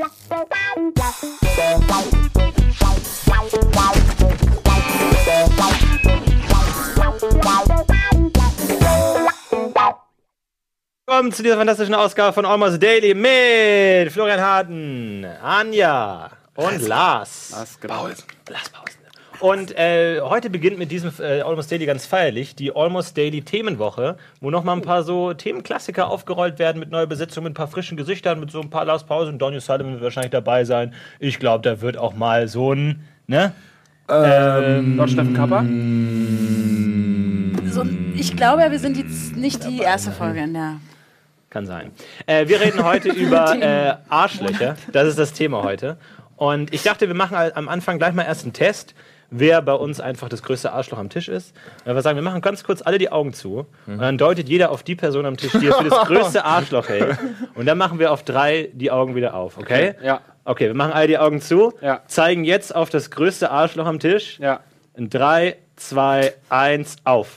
Willkommen zu dieser fantastischen Ausgabe von Almost Daily mit Florian Harden, Anja und Lars Pausen. Und heute beginnt mit diesem Almost Daily ganz feierlich die Almost Daily Themenwoche, wo nochmal ein paar so Themenklassiker aufgerollt werden mit neuer Besetzung, mit ein paar frischen Gesichtern, mit so ein paar Lars Pausen. Donny Sullivan wird wahrscheinlich dabei sein. Ich glaube, da wird auch mal so ein, ne? Laut Steffen Kappa? So, ich glaube, wir sind jetzt nicht die erste Folge in der... Kann sein. Wir reden heute über Arschlöcher. Das ist das Thema heute. Und ich dachte, wir machen am Anfang gleich mal erst einen Test, wer bei uns einfach das größte Arschloch am Tisch ist. Wir sagen, wir machen ganz kurz alle die Augen zu. Und dann deutet jeder auf die Person am Tisch, die er für das größte Arschloch hält. Und dann machen wir auf 3 die Augen wieder auf, okay? Ja. Okay, wir machen alle die Augen zu, Ja. zeigen jetzt auf das größte Arschloch am Tisch. Ja. In 3, 2, 1, auf.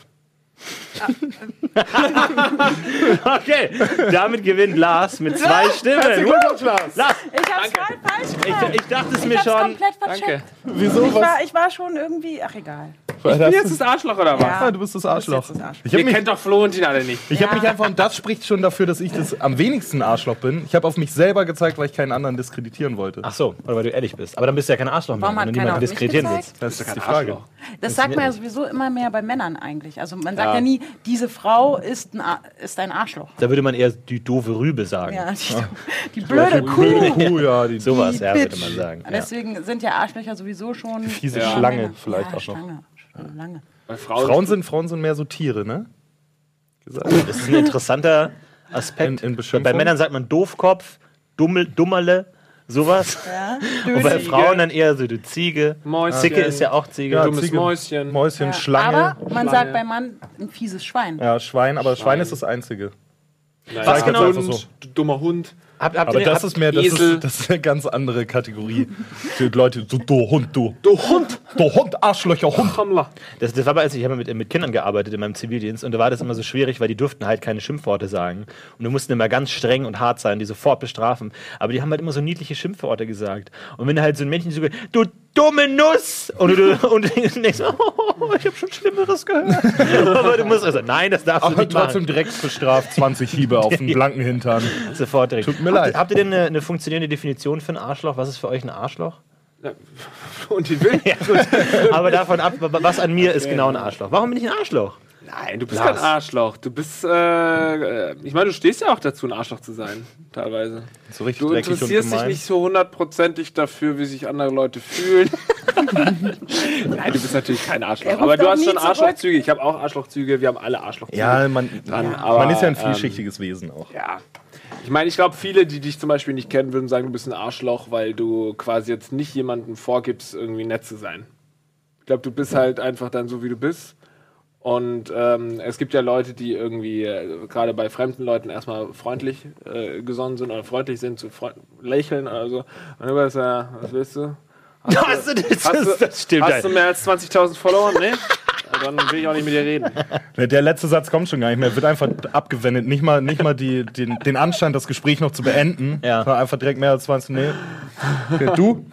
Okay, damit gewinnt Lars mit 2 Stimmen. Lars. Lars, Ich hab's voll falsch gemacht. ich dachte es mir Ich hab's schon. komplett vercheckt. Danke. Wieso? Ich war schon irgendwie... Ach, egal. Ich bin jetzt das Arschloch, oder was? Ja. Du bist das Arschloch. Du bist jetzt das Arschloch. Ich habe Ihr mich, kennt doch Flo und ihn alle nicht. hab mich einfach, und das spricht schon dafür, dass ich das am wenigsten Arschloch bin. Ich habe auf mich selber gezeigt, weil ich keinen anderen diskreditieren wollte. Ach so, oder weil du ehrlich bist. Aber dann bist du ja kein Arschloch mehr, Warum hat wenn du keiner niemanden auf mich diskreditieren gezeigt? willst. Das ist kein die Frage. Arschloch. Das sagt man ja sowieso immer mehr bei Männern eigentlich. Also man sagt Ja. ja nie, diese Frau ist ein Arschloch. Da würde man eher die doofe Rübe sagen. Ja, die blöde Kuh. Ja, die Sowas, ja, würde Bitch. man sagen. Ja. Deswegen sind ja Arschlöcher sowieso schon... fiese Ja. Schlange Männer. vielleicht ja, auch noch. Schlange. Schon lange. Bei Frauen sind mehr so Tiere, ne? Gesagt. Das ist ein interessanter Aspekt. In Beschimpfung? Bei Männern sagt man Doofkopf, Dummerle, sowas. Ja. Und bei Frauen dann eher so die Ziege. Mäuschen. Zicke ist ja auch Ziege. Ja, dummes Ziege, Mäuschen. Mäuschen, Ja. Schlange. Aber man Schlange. sagt beim Mann ein fieses Schwein. Ja, Schwein, aber Schwein ist das Einzige. Naja, Was genau? Hund, So. du dummer Hund. Habt Aber ihr, das ist mehr, Esel. das ist eine ganz andere Kategorie. Die Leute, so, du Hund, du. Du Hund. Du Hund, Arschlöcher, Hund. Hammler. Das war aber, als ich habe mit Kindern gearbeitet in meinem Zivildienst und da war das immer so schwierig, weil die durften halt keine Schimpfworte sagen. Und du mussten immer ganz streng und hart sein, die sofort bestrafen. Aber die haben halt immer so niedliche Schimpfworte gesagt. Und wenn halt so ein Mädchen so, du dumme Nuss! Und du denkst, oh, ich habe schon Schlimmeres gehört. Aber du musst also, nein, das darfst du Aber nicht machen. trotzdem direkt bestraft, 20 Hiebe auf den blanken Hintern. Sofort direkt. Tut mir leid. Habt ihr denn eine funktionierende Definition für ein Arschloch? Was ist für euch ein Arschloch? Und die will. Ja, gut. Aber davon ab, was an mir ist genau ein Arschloch. Warum bin ich ein Arschloch? Nein, du bist Lars. kein Arschloch. Du bist, ich meine, du stehst ja auch dazu, ein Arschloch zu sein, teilweise. So richtig Du dreckig und interessierst dich gemein. nicht so 100%ig dafür, wie sich andere Leute fühlen. Nein, du bist natürlich kein Arschloch. ruft Aber du doch hast nie schon zurück. Arschlochzüge. Ich habe auch Arschlochzüge. Wir haben alle Arschlochzüge. Ja, man aber, ist ja ein vielschichtiges Wesen auch. Ja. Ich meine, ich glaube, viele, die dich zum Beispiel nicht kennen, würden sagen, du bist ein Arschloch, weil du quasi jetzt nicht jemandem vorgibst, irgendwie nett zu sein. Ich glaube, du bist halt einfach dann so, wie du bist. Und es gibt ja Leute, die irgendwie gerade bei fremden Leuten erstmal freundlich gesonnen sind oder freundlich sind, zu lächeln oder so. Und du weißt ja, was willst du? Das stimmt. Hast du mehr als 20.000 Follower? Nee? Dann will ich auch nicht mit dir reden. Der letzte Satz kommt schon gar nicht mehr, wird einfach abgewendet. Nicht mal den Anstand, das Gespräch noch zu beenden. Ja. Sondern einfach direkt mehr als 20. Nee. Okay, du?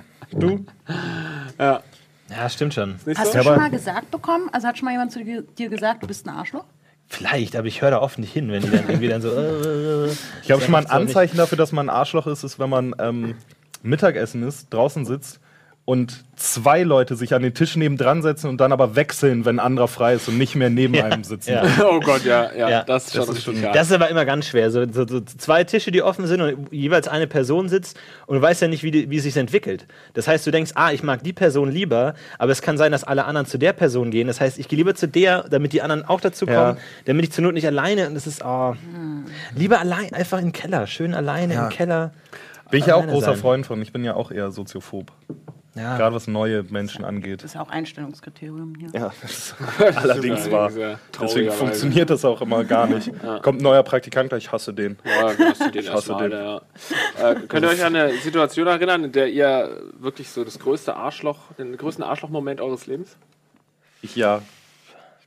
Ja. Ja, stimmt schon. Nicht Hast so? du schon mal gesagt bekommen, also hat schon mal jemand zu dir gesagt, du bist ein Arschloch? Vielleicht, aber ich höre da oft nicht hin, wenn die dann irgendwie dann so. Ich habe schon mal ein so nicht. Anzeichen dafür, dass man ein Arschloch ist, wenn man Mittagessen ist, draußen sitzt und 2 Leute sich an den Tisch nebendran setzen und dann aber wechseln, wenn ein anderer frei ist und nicht mehr neben einem sitzen. Ja. Oh Gott, ja. Ja. Das ist schon richtig hart. Das ist aber immer ganz schwer. So 2 Tische, die offen sind und jeweils eine Person sitzt und du weißt ja nicht, wie es sich entwickelt. Das heißt, du denkst, ich mag die Person lieber, aber es kann sein, dass alle anderen zu der Person gehen. Das heißt, ich gehe lieber zu der, damit die anderen auch dazu kommen, damit ich zur Not nicht alleine und das ist, lieber allein, einfach im Keller, schön alleine im Keller. Bin ich ja auch alleine großer sein. Freund von. Ich bin ja auch eher soziophob. Ja. Gerade was neue Menschen angeht. Das ist ja auch Einstellungskriterium hier. Ja, das ist allerdings wahr. Sehr Deswegen traurigerweise. funktioniert das auch immer gar nicht. Kommt ein neuer Praktikant, ich hasse den. Ja, du hast den hasse erstmal, den. ja. Könnt ihr euch an eine Situation erinnern, in der ihr wirklich so den größten Arschloch-Moment eures Lebens? Ich ja.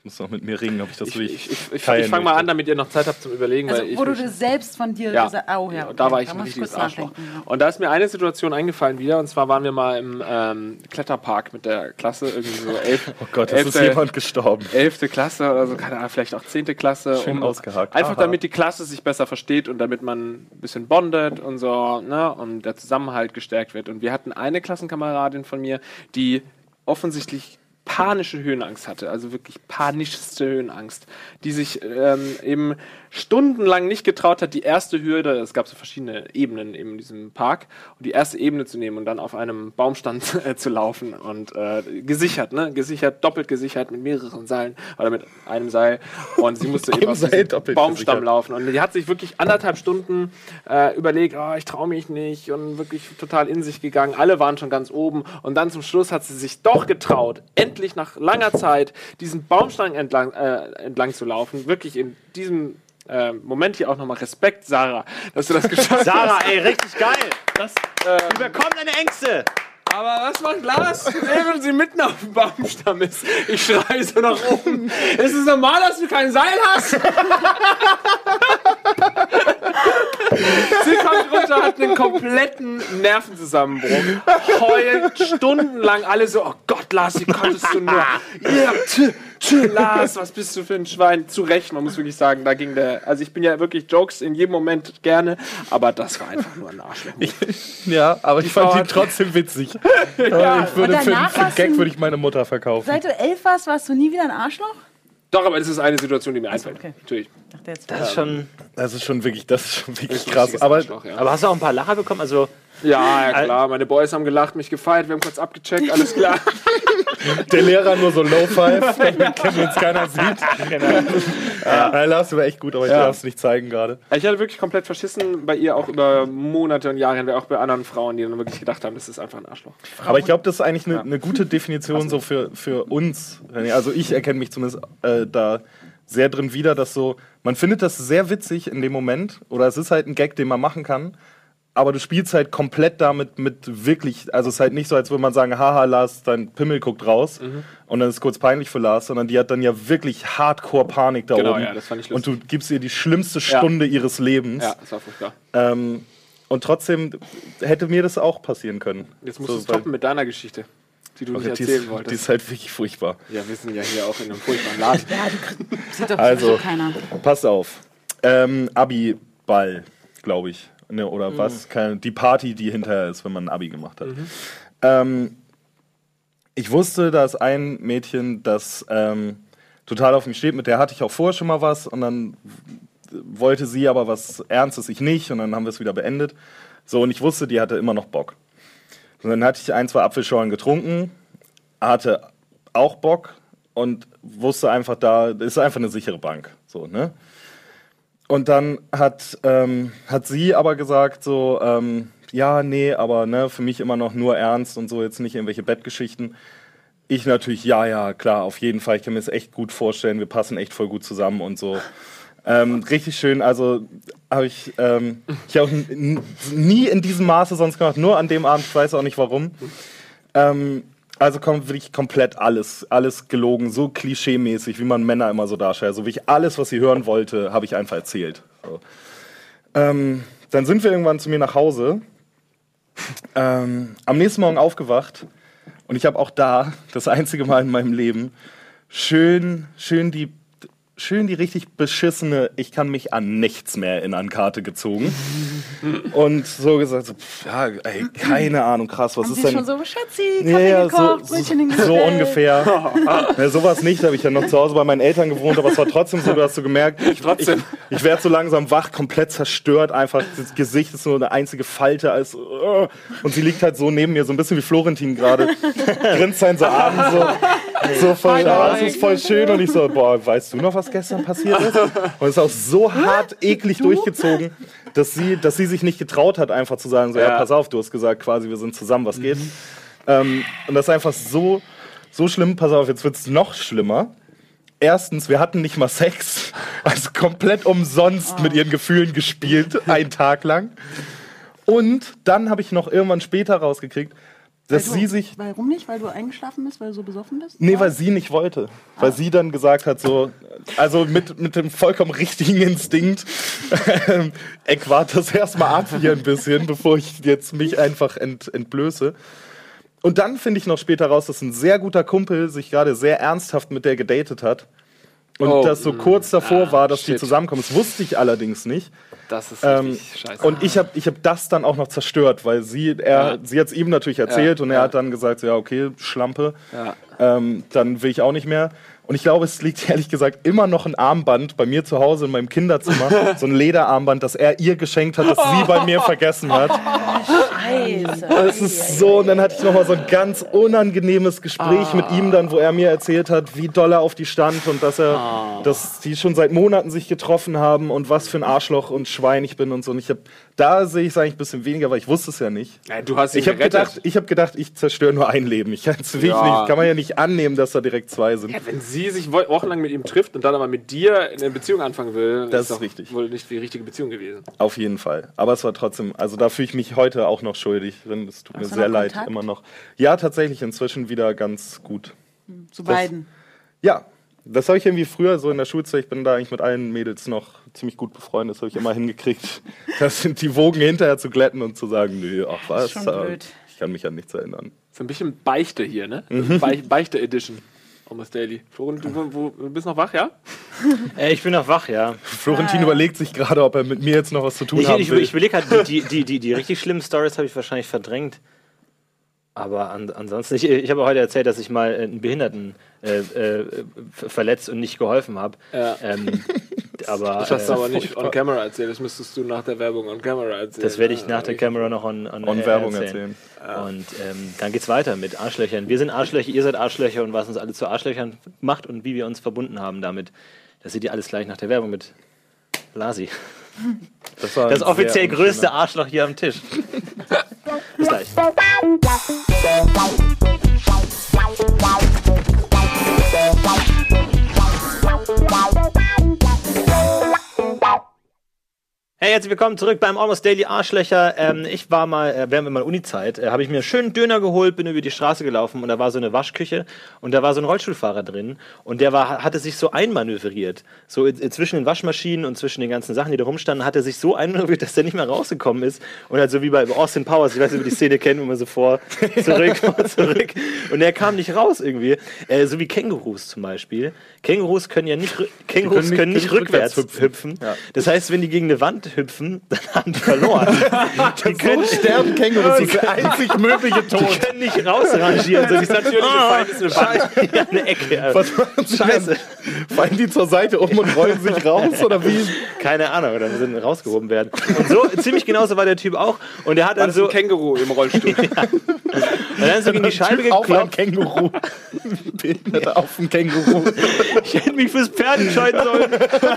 muss noch mit mir ringen, ob ich das will. Ich fange mal an, damit ihr noch Zeit habt zum Überlegen. Also, weil wo du das selbst von dir gesagt hast. Oh, ja. Da war ich ein richtiges Arschloch. Und da ist mir eine Situation eingefallen wieder. Und zwar waren wir mal im Kletterpark mit der Klasse. Irgendwie so 11. Oh Gott, ist jemand gestorben. 11. Klasse oder so, keine Ahnung, vielleicht auch 10. Klasse. Schön ausgehakt. Einfach damit die Klasse sich besser versteht und damit man ein bisschen bondet und so, ne? Und der Zusammenhalt gestärkt wird. Und wir hatten eine Klassenkameradin von mir, die offensichtlich panische Höhenangst hatte, also wirklich panischste Höhenangst, die sich eben stundenlang nicht getraut hat, die erste Hürde, es gab so verschiedene Ebenen in diesem Park, und die erste Ebene zu nehmen und dann auf einem Baumstamm zu laufen und gesichert, doppelt gesichert mit mehreren Seilen oder mit einem Seil, und sie musste eben auf diesen Baumstamm laufen, und die hat sich wirklich 1,5 Stunden überlegt, ich traue mich nicht, und wirklich total in sich gegangen, alle waren schon ganz oben, und dann zum Schluss hat sie sich doch getraut, endlich nach langer Zeit diesen Baumstamm entlang zu laufen, wirklich in diesem Moment hier auch nochmal Respekt, Sarah, dass du das geschafft hast. Sarah, ey, richtig geil. Überkomm deine Ängste. Aber was macht Lars, wenn sie mitten auf dem Baumstamm ist? Ich schreie so nach oben. Ist es normal, dass du kein Seil hast? Sie kommt runter, hat einen kompletten Nervenzusammenbruch. Heult stundenlang alle so, oh Gott, Lars, wie konntest du nur? Ja, Lars, was bist du für ein Schwein? Zu Recht, man muss wirklich sagen, da ging also ich bin ja wirklich Jokes in jedem Moment gerne, aber das war einfach nur ein Arschloch. Ja, aber ich fand ihn trotzdem witzig. Ja. Ich würde für Gag würde ich meine Mutter verkaufen. Seit du 11 warst du nie wieder ein Arschloch? Doch, aber das ist eine Situation, die mir einfällt. Okay. Natürlich. Das ist schon wirklich krass. Aber hast du auch ein paar Lacher bekommen? Also ja, klar. Meine Boys haben gelacht, mich gefeiert, wir haben kurz abgecheckt, alles klar. Der Lehrer nur so Low-Five, damit uns keiner sieht. Genau. Ja, Lars, du war echt gut, aber ich darf es nicht zeigen gerade. Ich hatte wirklich komplett verschissen bei ihr, auch über Monate und Jahre hinweg, auch bei anderen Frauen, die dann wirklich gedacht haben, das ist einfach ein Arschloch. Aber ich glaube, das ist eigentlich eine gute Definition so für uns. Also ich erkenne mich zumindest da sehr drin wieder, dass so, man findet das sehr witzig in dem Moment, oder es ist halt ein Gag, den man machen kann, aber du spielst halt komplett damit mit wirklich, also es ist halt nicht so, als würde man sagen, haha, Lars, dein Pimmel guckt raus und dann ist es kurz peinlich für Lars, sondern die hat dann ja wirklich Hardcore-Panik da oben. Ja, das fand ich lustig. Und du gibst ihr die schlimmste Stunde ihres Lebens. Ja, das war furchtbar. Und trotzdem hätte mir das auch passieren können. Jetzt musst du es toppen mit deiner Geschichte, die du nicht erzählen wolltest. Die ist halt wirklich furchtbar. Ja, wir sind ja hier auch in einem furchtbaren Laden. Ja, sieht doch also, keiner. Pass auf. Abi-Ball, glaube ich. Ne, oder was? Die Party, die hinterher ist, wenn man ein Abi gemacht hat. Ich wusste, da ist ein Mädchen, das total auf mich steht. Mit der hatte ich auch vorher schon mal was. Und dann wollte sie aber was Ernstes, ich nicht. Und dann haben wir es wieder beendet. So, und ich wusste, die hatte immer noch Bock. Und dann hatte ich 1, 2 Apfelschorlen getrunken, hatte auch Bock und wusste einfach, da ist einfach eine sichere Bank. So, ne? Und dann hat sie aber gesagt so, ja, nee, aber ne, für mich immer noch nur ernst und so, jetzt nicht irgendwelche Bettgeschichten. Ich natürlich, ja, klar, auf jeden Fall, ich kann mir das echt gut vorstellen, wir passen echt voll gut zusammen und so. Richtig schön, also habe ich auch nie in diesem Maße sonst gemacht, nur an dem Abend, ich weiß auch nicht warum. Also kommt wirklich komplett alles gelogen, so klischee-mäßig, wie man Männer immer so darstellt. Also wirklich alles, was sie hören wollte, habe ich einfach erzählt. So. Dann sind wir irgendwann zu mir nach Hause, am nächsten Morgen aufgewacht und ich habe auch da, das einzige Mal in meinem Leben, schön die richtig beschissene, ich kann mich an nichts mehr erinnern, Karte gezogen. Und so gesagt, ja, ey, keine Ahnung, krass, was haben ist Sie denn? schon so, Schatzi, Kaffee gekocht, Brötchen hingestellt. So ungefähr. Ja, sowas nicht, da habe ich dann noch zu Hause bei meinen Eltern gewohnt, aber es war trotzdem so, du hast so gemerkt, ich werde so langsam wach, komplett zerstört, einfach das Gesicht ist nur eine einzige Falte als und sie liegt halt so neben mir, so ein bisschen wie Florentin gerade, grinst halt so an, so voll, das ist voll schön und ich so, boah, weißt du noch, was gestern passiert ist? Und es ist auch so hart eklig durchgezogen, dass sie sich nicht getraut hat, einfach zu sagen, so, ja, pass auf, du hast gesagt quasi, wir sind zusammen, was geht? Und das ist einfach so schlimm, pass auf, jetzt wird's noch schlimmer. Erstens, wir hatten nicht mal Sex, also komplett umsonst mit ihren Gefühlen gespielt, einen Tag lang. Und dann habe ich noch irgendwann später rausgekriegt, Warum nicht? Weil du eingeschlafen bist? Weil du so besoffen bist? Nee, weil sie nicht wollte. Weil sie dann gesagt hat, so, also mit dem vollkommen richtigen Instinkt, ich warte das erstmal ab hier ein bisschen, bevor ich jetzt mich einfach entblöße. Und dann finde ich noch später raus, dass ein sehr guter Kumpel sich gerade sehr ernsthaft mit der gedatet hat. Und das so kurz davor war, dass die zusammenkommen. Das wusste ich allerdings nicht. Das ist richtig scheiße. Und ich hab das dann auch noch zerstört, weil sie hat es ihm natürlich erzählt und er hat dann gesagt, so, ja, okay, Schlampe, dann will ich auch nicht mehr. Und ich glaube, es liegt ehrlich gesagt immer noch ein Armband bei mir zu Hause in meinem Kinderzimmer, so ein Lederarmband, das er ihr geschenkt hat, das sie bei mir vergessen hat. Scheiße. Das ist so, und dann hatte ich nochmal so ein ganz unangenehmes Gespräch mit ihm dann, wo er mir erzählt hat, wie doll er auf die stand und dass die schon seit Monaten sich getroffen haben und was für ein Arschloch und Schwein ich bin und so. Und da sehe ich es eigentlich ein bisschen weniger, weil ich wusste es ja nicht. Ja, du hast ich habe gedacht, ich zerstöre nur ein Leben. Kann man ja nicht annehmen, dass da direkt zwei sind. Ja, wenn sie sich wochenlang mit ihm trifft und dann aber mit dir in eine Beziehung anfangen will, das ist doch richtig. Wohl nicht die richtige Beziehung gewesen. Auf jeden Fall. Aber es war trotzdem, also da fühle ich mich heute auch noch schuldig. Es tut mir sehr leid, immer noch. Ja, tatsächlich inzwischen wieder ganz gut. Zu beiden? Ja. Das habe ich irgendwie früher so in der Schulzeit, ich bin da eigentlich mit allen Mädels noch ziemlich gut befreundet, das habe ich immer hingekriegt. Das sind die Wogen hinterher zu glätten und zu sagen, nö, ach was, das ist schon blöd. Ich kann mich an nichts erinnern. So ein bisschen Beichte hier, ne? Beichte-Edition. Almost Daily. Florian, du bist noch wach, ja? Ich bin noch wach, ja. Florentin überlegt sich gerade, ob er mit mir jetzt noch was zu tun haben will. Ich überlege halt, die richtig schlimmen Stories habe ich wahrscheinlich verdrängt. Aber ansonsten, ich habe heute erzählt, dass ich mal einen Behinderten verletzt und nicht geholfen habe. Ja. Das hast du aber nicht on camera erzählt, das müsstest du nach der Werbung on camera erzählen. Das werde ich nach der Kamera noch on Werbung erzählen. Ja. Und dann geht's weiter mit Arschlöchern. Wir sind Arschlöcher, ihr seid Arschlöcher und was uns alle zu Arschlöchern macht und wie wir uns verbunden haben damit. Das seht ihr alles gleich nach der Werbung mit Lasi. Das offiziell größte Arschloch hier am Tisch. Bis gleich. Hey, herzlich willkommen zurück beim Almost Daily Arschlöcher. Ich war mal, während meiner Uni-Zeit, habe ich mir einen schönen Döner geholt, bin über die Straße gelaufen und da war so eine Waschküche und da war so ein Rollstuhlfahrer drin und der hatte sich so einmanövriert. So zwischen den Waschmaschinen und zwischen den ganzen Sachen, die da rumstanden, hat er sich so einmanövriert, dass der nicht mehr rausgekommen ist und halt so wie bei Austin Powers, ich weiß nicht, ob ihr die Szene kennt, wo man so zurück und der kam nicht raus irgendwie. So wie Kängurus zum Beispiel. Kängurus können nicht rückwärts hüpfen. Ja. Das heißt, wenn die gegen eine Wand hüpfen, dann haben die verloren. Die können sterben Kängurus, das ist der einzig mögliche Tod. Die können nicht rausrangieren. So, die natürliche Feind ist eine Ecke. Was machen sie? Scheiße. Fallen die zur Seite um und rollen sich raus oder wie? Keine Ahnung, oder sind rausgehoben werden. Und so, ziemlich genauso war der Typ auch. Und der hat dann so ein Känguru im Rollstuhl. Ja. Und dann so gegen die Scheibe geklopft. Auf ein Känguru. Behinderte auf ein Känguru. Ich hätte mich fürs Pferd entscheiden sollen.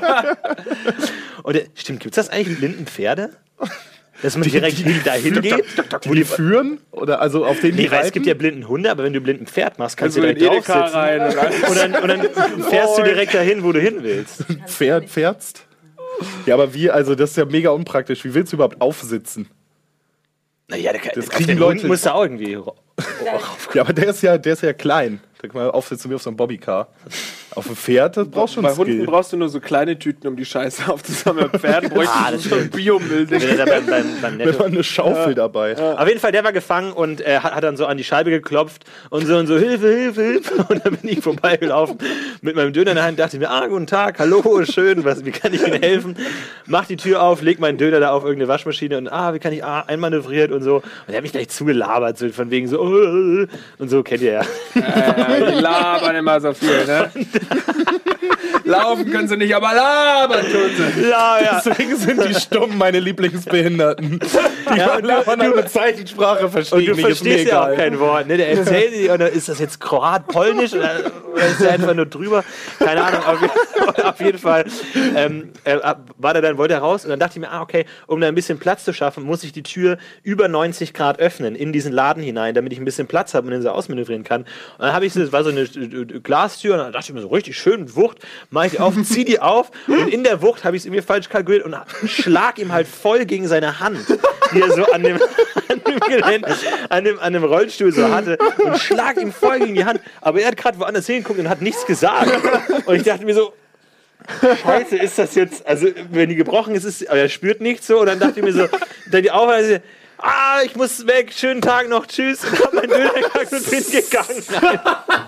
Und stimmt, gibt's das eigentlich mit blinden Pferde? Dass man direkt dahin geht? Wo die führen? Oder also auf denen die reiten? Es gibt ja blinden Hunde, aber wenn du blinden Pferd machst, kannst du direkt draufsitzen. Rein, und dann fährst du direkt dahin, wo du hin willst. Fährst? Ja, aber also das ist ja mega unpraktisch. Wie willst du überhaupt aufsitzen? Naja, das kriegen Leute. Musst du auch irgendwie. Ja, aber der ist ja klein. Da kann man aufsitzen wie auf so einem Bobbycar. Auf dem Pferd, das brauchst du schon Skill. Bei Hunden brauchst du nur so kleine Tüten, um die Scheiße aufzusammeln. Bei Pferden bräuchte du so ein Biomüll. Wenn man eine Schaufel dabei. Ja. Auf jeden Fall, der war gefangen und hat dann so an die Scheibe geklopft und so Hilfe. Und dann bin ich vorbeigelaufen mit meinem Döner in der Hand, dachte mir, guten Tag, hallo, schön, wie kann ich Ihnen helfen? Mach die Tür auf, leg meinen Döner da auf irgendeine Waschmaschine und wie kann ich einmanövriert und so. Und der hat mich gleich zugelabert, so von wegen so und so, kennt ihr ja. Die labern immer so viel, ne? Laufen können sie nicht, aber labern tun sie. Ja. Deswegen sind die stumm meine Lieblingsbehinderten. Die labern nur mit Zeichensprache verstehen. Und du verstehst ja auch kein Wort. Ne? Der erzählt dir, oder ist das jetzt Kroat, Polnisch oder ist der einfach nur drüber? Keine Ahnung. Auf jeden Fall wollte er raus und dann dachte ich mir, okay, um da ein bisschen Platz zu schaffen, muss ich die Tür über 90 Grad öffnen in diesen Laden hinein, damit ich ein bisschen Platz habe und den so ausmanövrieren kann. Und dann das war so eine Glastür und dann dachte ich mir so richtig schön mit Wucht, mach ich die auf, zieh die auf und in der Wucht habe ich es irgendwie falsch kalkuliert und schlag ihm halt voll gegen seine Hand, die er so an dem Geländ an dem Rollstuhl so hatte und schlag ihm voll gegen die Hand. Aber er hat gerade woanders hingeguckt und hat nichts gesagt. Und ich dachte mir so, Scheiße, ist das jetzt, also wenn die gebrochen ist, aber er spürt nichts so. Und dann dachte ich mir so, dann die Aufweise, ich muss weg, schönen Tag noch, tschüss. Und hab meinen Döner gegangen und bin gegangen.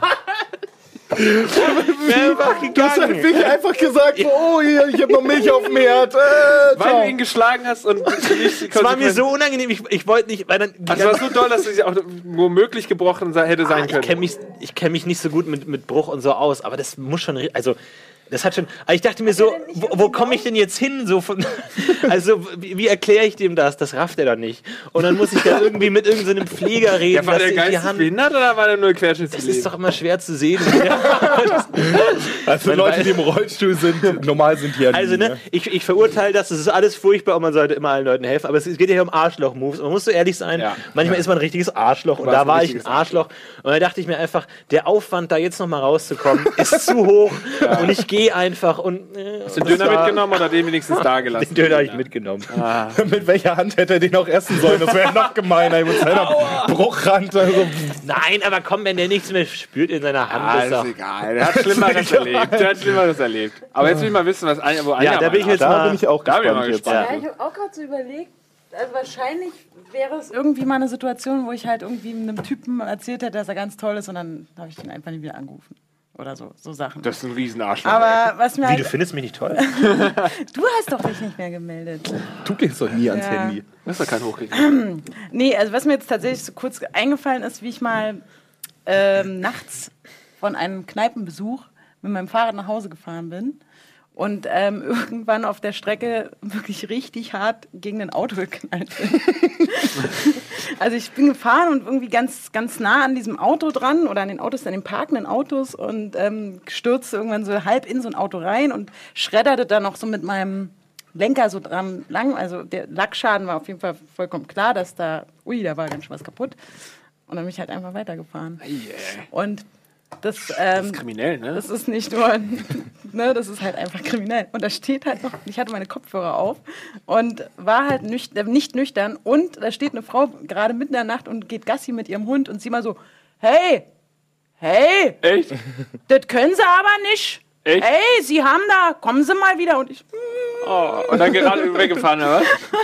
Du hast halt wirklich einfach gesagt, so, oh, hier, ich hab noch Milch auf dem Herd. Weil du ihn geschlagen hast und nicht. Es war mir so unangenehm, ich wollte nicht, weil dann. Also es war so doll, dass es auch womöglich gebrochen hätte sein können. Ich kenn mich nicht so gut mit Bruch und so aus, aber das muss schon, also. Das hat schon. Aber ich dachte mir so, wo komme ich denn jetzt hin? So von, also, wie erkläre ich dem das? Das rafft er doch nicht. Und dann muss ich da irgendwie mit irgendeinem Pfleger reden. Ja, war der geistig behindert oder war der nur querschnittsgelähmt? Das ist doch immer schwer zu sehen. Also Leute, die im Rollstuhl sind, normal sind hier. Also, ne, ich verurteile das ist alles furchtbar und man sollte immer allen Leuten helfen. Aber es geht ja hier um Arschloch-Moves. Man muss so ehrlich sein, manchmal ist man ein richtiges Arschloch. Und da war ich ein Arschloch. Und da dachte ich mir einfach, der Aufwand, da jetzt nochmal rauszukommen, ist zu hoch. Und ich gehe einfach und. Hast du den Döner mitgenommen oder den wenigstens da gelassen? Den Döner habe ich mitgenommen. Mit welcher Hand hätte er den auch essen sollen? Das wäre noch gemeiner. Mit seiner Bruchrand. Also. Nein, aber komm, wenn der nichts mehr spürt in seiner Hand. Ist egal. Der hat Schlimmeres erlebt. Aber jetzt will ich mal wissen, wo Anja da bin ich jetzt bin ich auch gespannt. Ich habe auch gerade so überlegt, also wahrscheinlich wäre es irgendwie mal eine Situation, wo ich halt irgendwie einem Typen erzählt hätte, dass er ganz toll ist und dann habe ich den einfach nie wieder angerufen. Oder so Sachen. Das ist ein Riesenarschloch. Aber was mir du findest mich nicht toll? Du hast doch dich nicht mehr gemeldet. Du gehst doch nie ans Handy. Das ist doch kein Hochkrieg. Nee, also was mir jetzt tatsächlich so kurz eingefallen ist, wie ich mal nachts von einem Kneipenbesuch mit meinem Fahrrad nach Hause gefahren bin und irgendwann auf der Strecke wirklich richtig hart gegen ein Auto geknallt bin. Also ich bin gefahren und irgendwie ganz, ganz nah an diesem Auto dran oder an den parkenden Autos und stürzte irgendwann so halb in so ein Auto rein und schredderte dann noch so mit meinem Lenker so dran lang. Also der Lackschaden war auf jeden Fall vollkommen klar, dass da war ganz schön was kaputt. Und dann bin ich halt einfach weitergefahren. Und das ist kriminell, ne? Das ist nicht nur, ne, das ist halt einfach kriminell. Und da steht halt noch, ich hatte meine Kopfhörer auf und war halt nicht nüchtern. Und da steht eine Frau gerade mitten in der Nacht und geht Gassi mit ihrem Hund und sie mal so, hey, echt? Das können Sie aber nicht. Echt? Hey, Sie haben da, kommen Sie mal wieder. Und ich, und dann gerade weggefahren, oder was?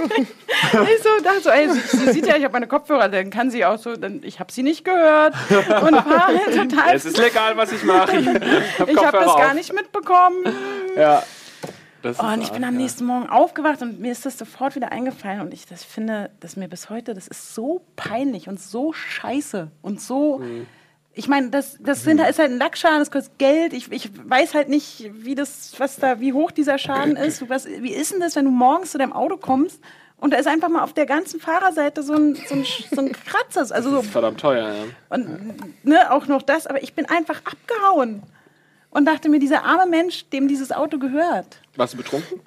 Ich so dachte so, ey, sie sieht ja, ich habe meine Kopfhörer, dann kann sie auch so, ich habe sie nicht gehört und war halt total. Es ist legal, was ich mache. Ich habe das gar nicht mitbekommen. Ja. Und ich bin am nächsten Morgen aufgewacht und mir ist das sofort wieder eingefallen und ich finde, dass mir bis heute, das ist so peinlich und so scheiße und so. Ich meine, das ist halt ein Lackschaden, das kostet Geld. Ich weiß halt nicht, wie hoch dieser Schaden ist. Wie ist denn das, wenn du morgens zu deinem Auto kommst und da ist einfach mal auf der ganzen Fahrerseite so ein Kratzer. Also das ist verdammt teuer, ja. Und ne, auch noch das, aber ich bin einfach abgehauen und dachte mir, dieser arme Mensch, dem dieses Auto gehört. Warst du betrunken?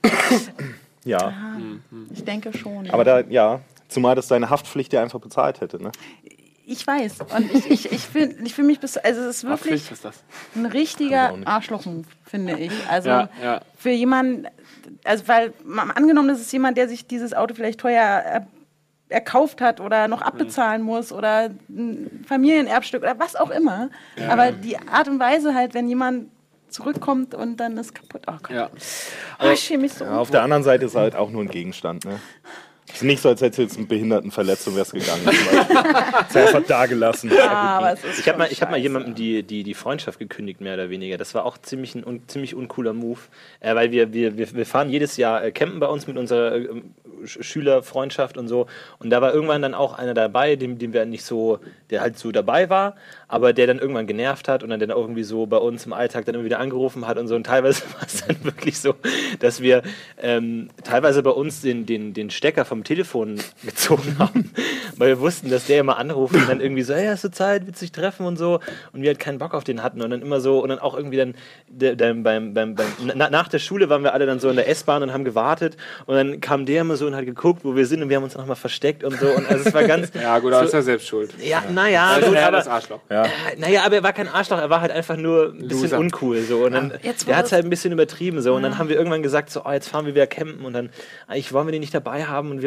Ja. Ich denke schon. Aber zumal das deine Haftpflicht ja einfach bezahlt hätte, ne? Ich weiß. Und ich fühle mich also es ist wirklich ein richtiger Arschloch-Move, finde ich. Also für jemanden, also weil angenommen, das ist jemand, der sich dieses Auto vielleicht teuer erkauft hat oder noch abbezahlen muss oder ein Familienerbstück oder was auch immer. Ja. Aber die Art und Weise halt, wenn jemand zurückkommt und dann ist kaputt. Oh Gott. Ja. Ich schäme mich so. Ja, auf der anderen Seite ist halt auch nur ein Gegenstand, ne? Es ist nicht so, als hättest du jetzt eine Behindertenverletzung wärst gegangen. Das ist einfach da gelassen. Ich hab mal jemandem die Freundschaft gekündigt, mehr oder weniger. Das war auch ziemlich uncooler Move. Weil wir fahren jedes Jahr campen bei uns mit unserer Schülerfreundschaft und so. Und da war irgendwann dann auch einer dabei, dem wir nicht so, der halt so dabei war, aber der dann irgendwann genervt hat und dann irgendwie so bei uns im Alltag dann immer wieder angerufen hat und so. Und teilweise war es dann wirklich so, dass wir teilweise bei uns den Stecker vom Telefon gezogen haben, weil wir wussten, dass der immer anruft und dann irgendwie so, hey, hast du Zeit, willst du dich treffen und so, und wir halt keinen Bock auf den hatten und dann immer so, und dann auch irgendwie nach der Schule waren wir alle dann so in der S-Bahn und haben gewartet und dann kam der immer so und hat geguckt, wo wir sind und wir haben uns dann nochmal versteckt und so und also es war ganz... Ja gut, aber ist ja selbst schuld. Ja, naja, gut, aber... Das Arschloch. Ja. Naja, aber er war kein Arschloch, er war halt einfach nur ein bisschen uncool so und dann, der hat es halt ein bisschen übertrieben so und dann haben wir irgendwann gesagt so, jetzt fahren wir wieder campen und dann, eigentlich wollen wir den nicht dabei haben und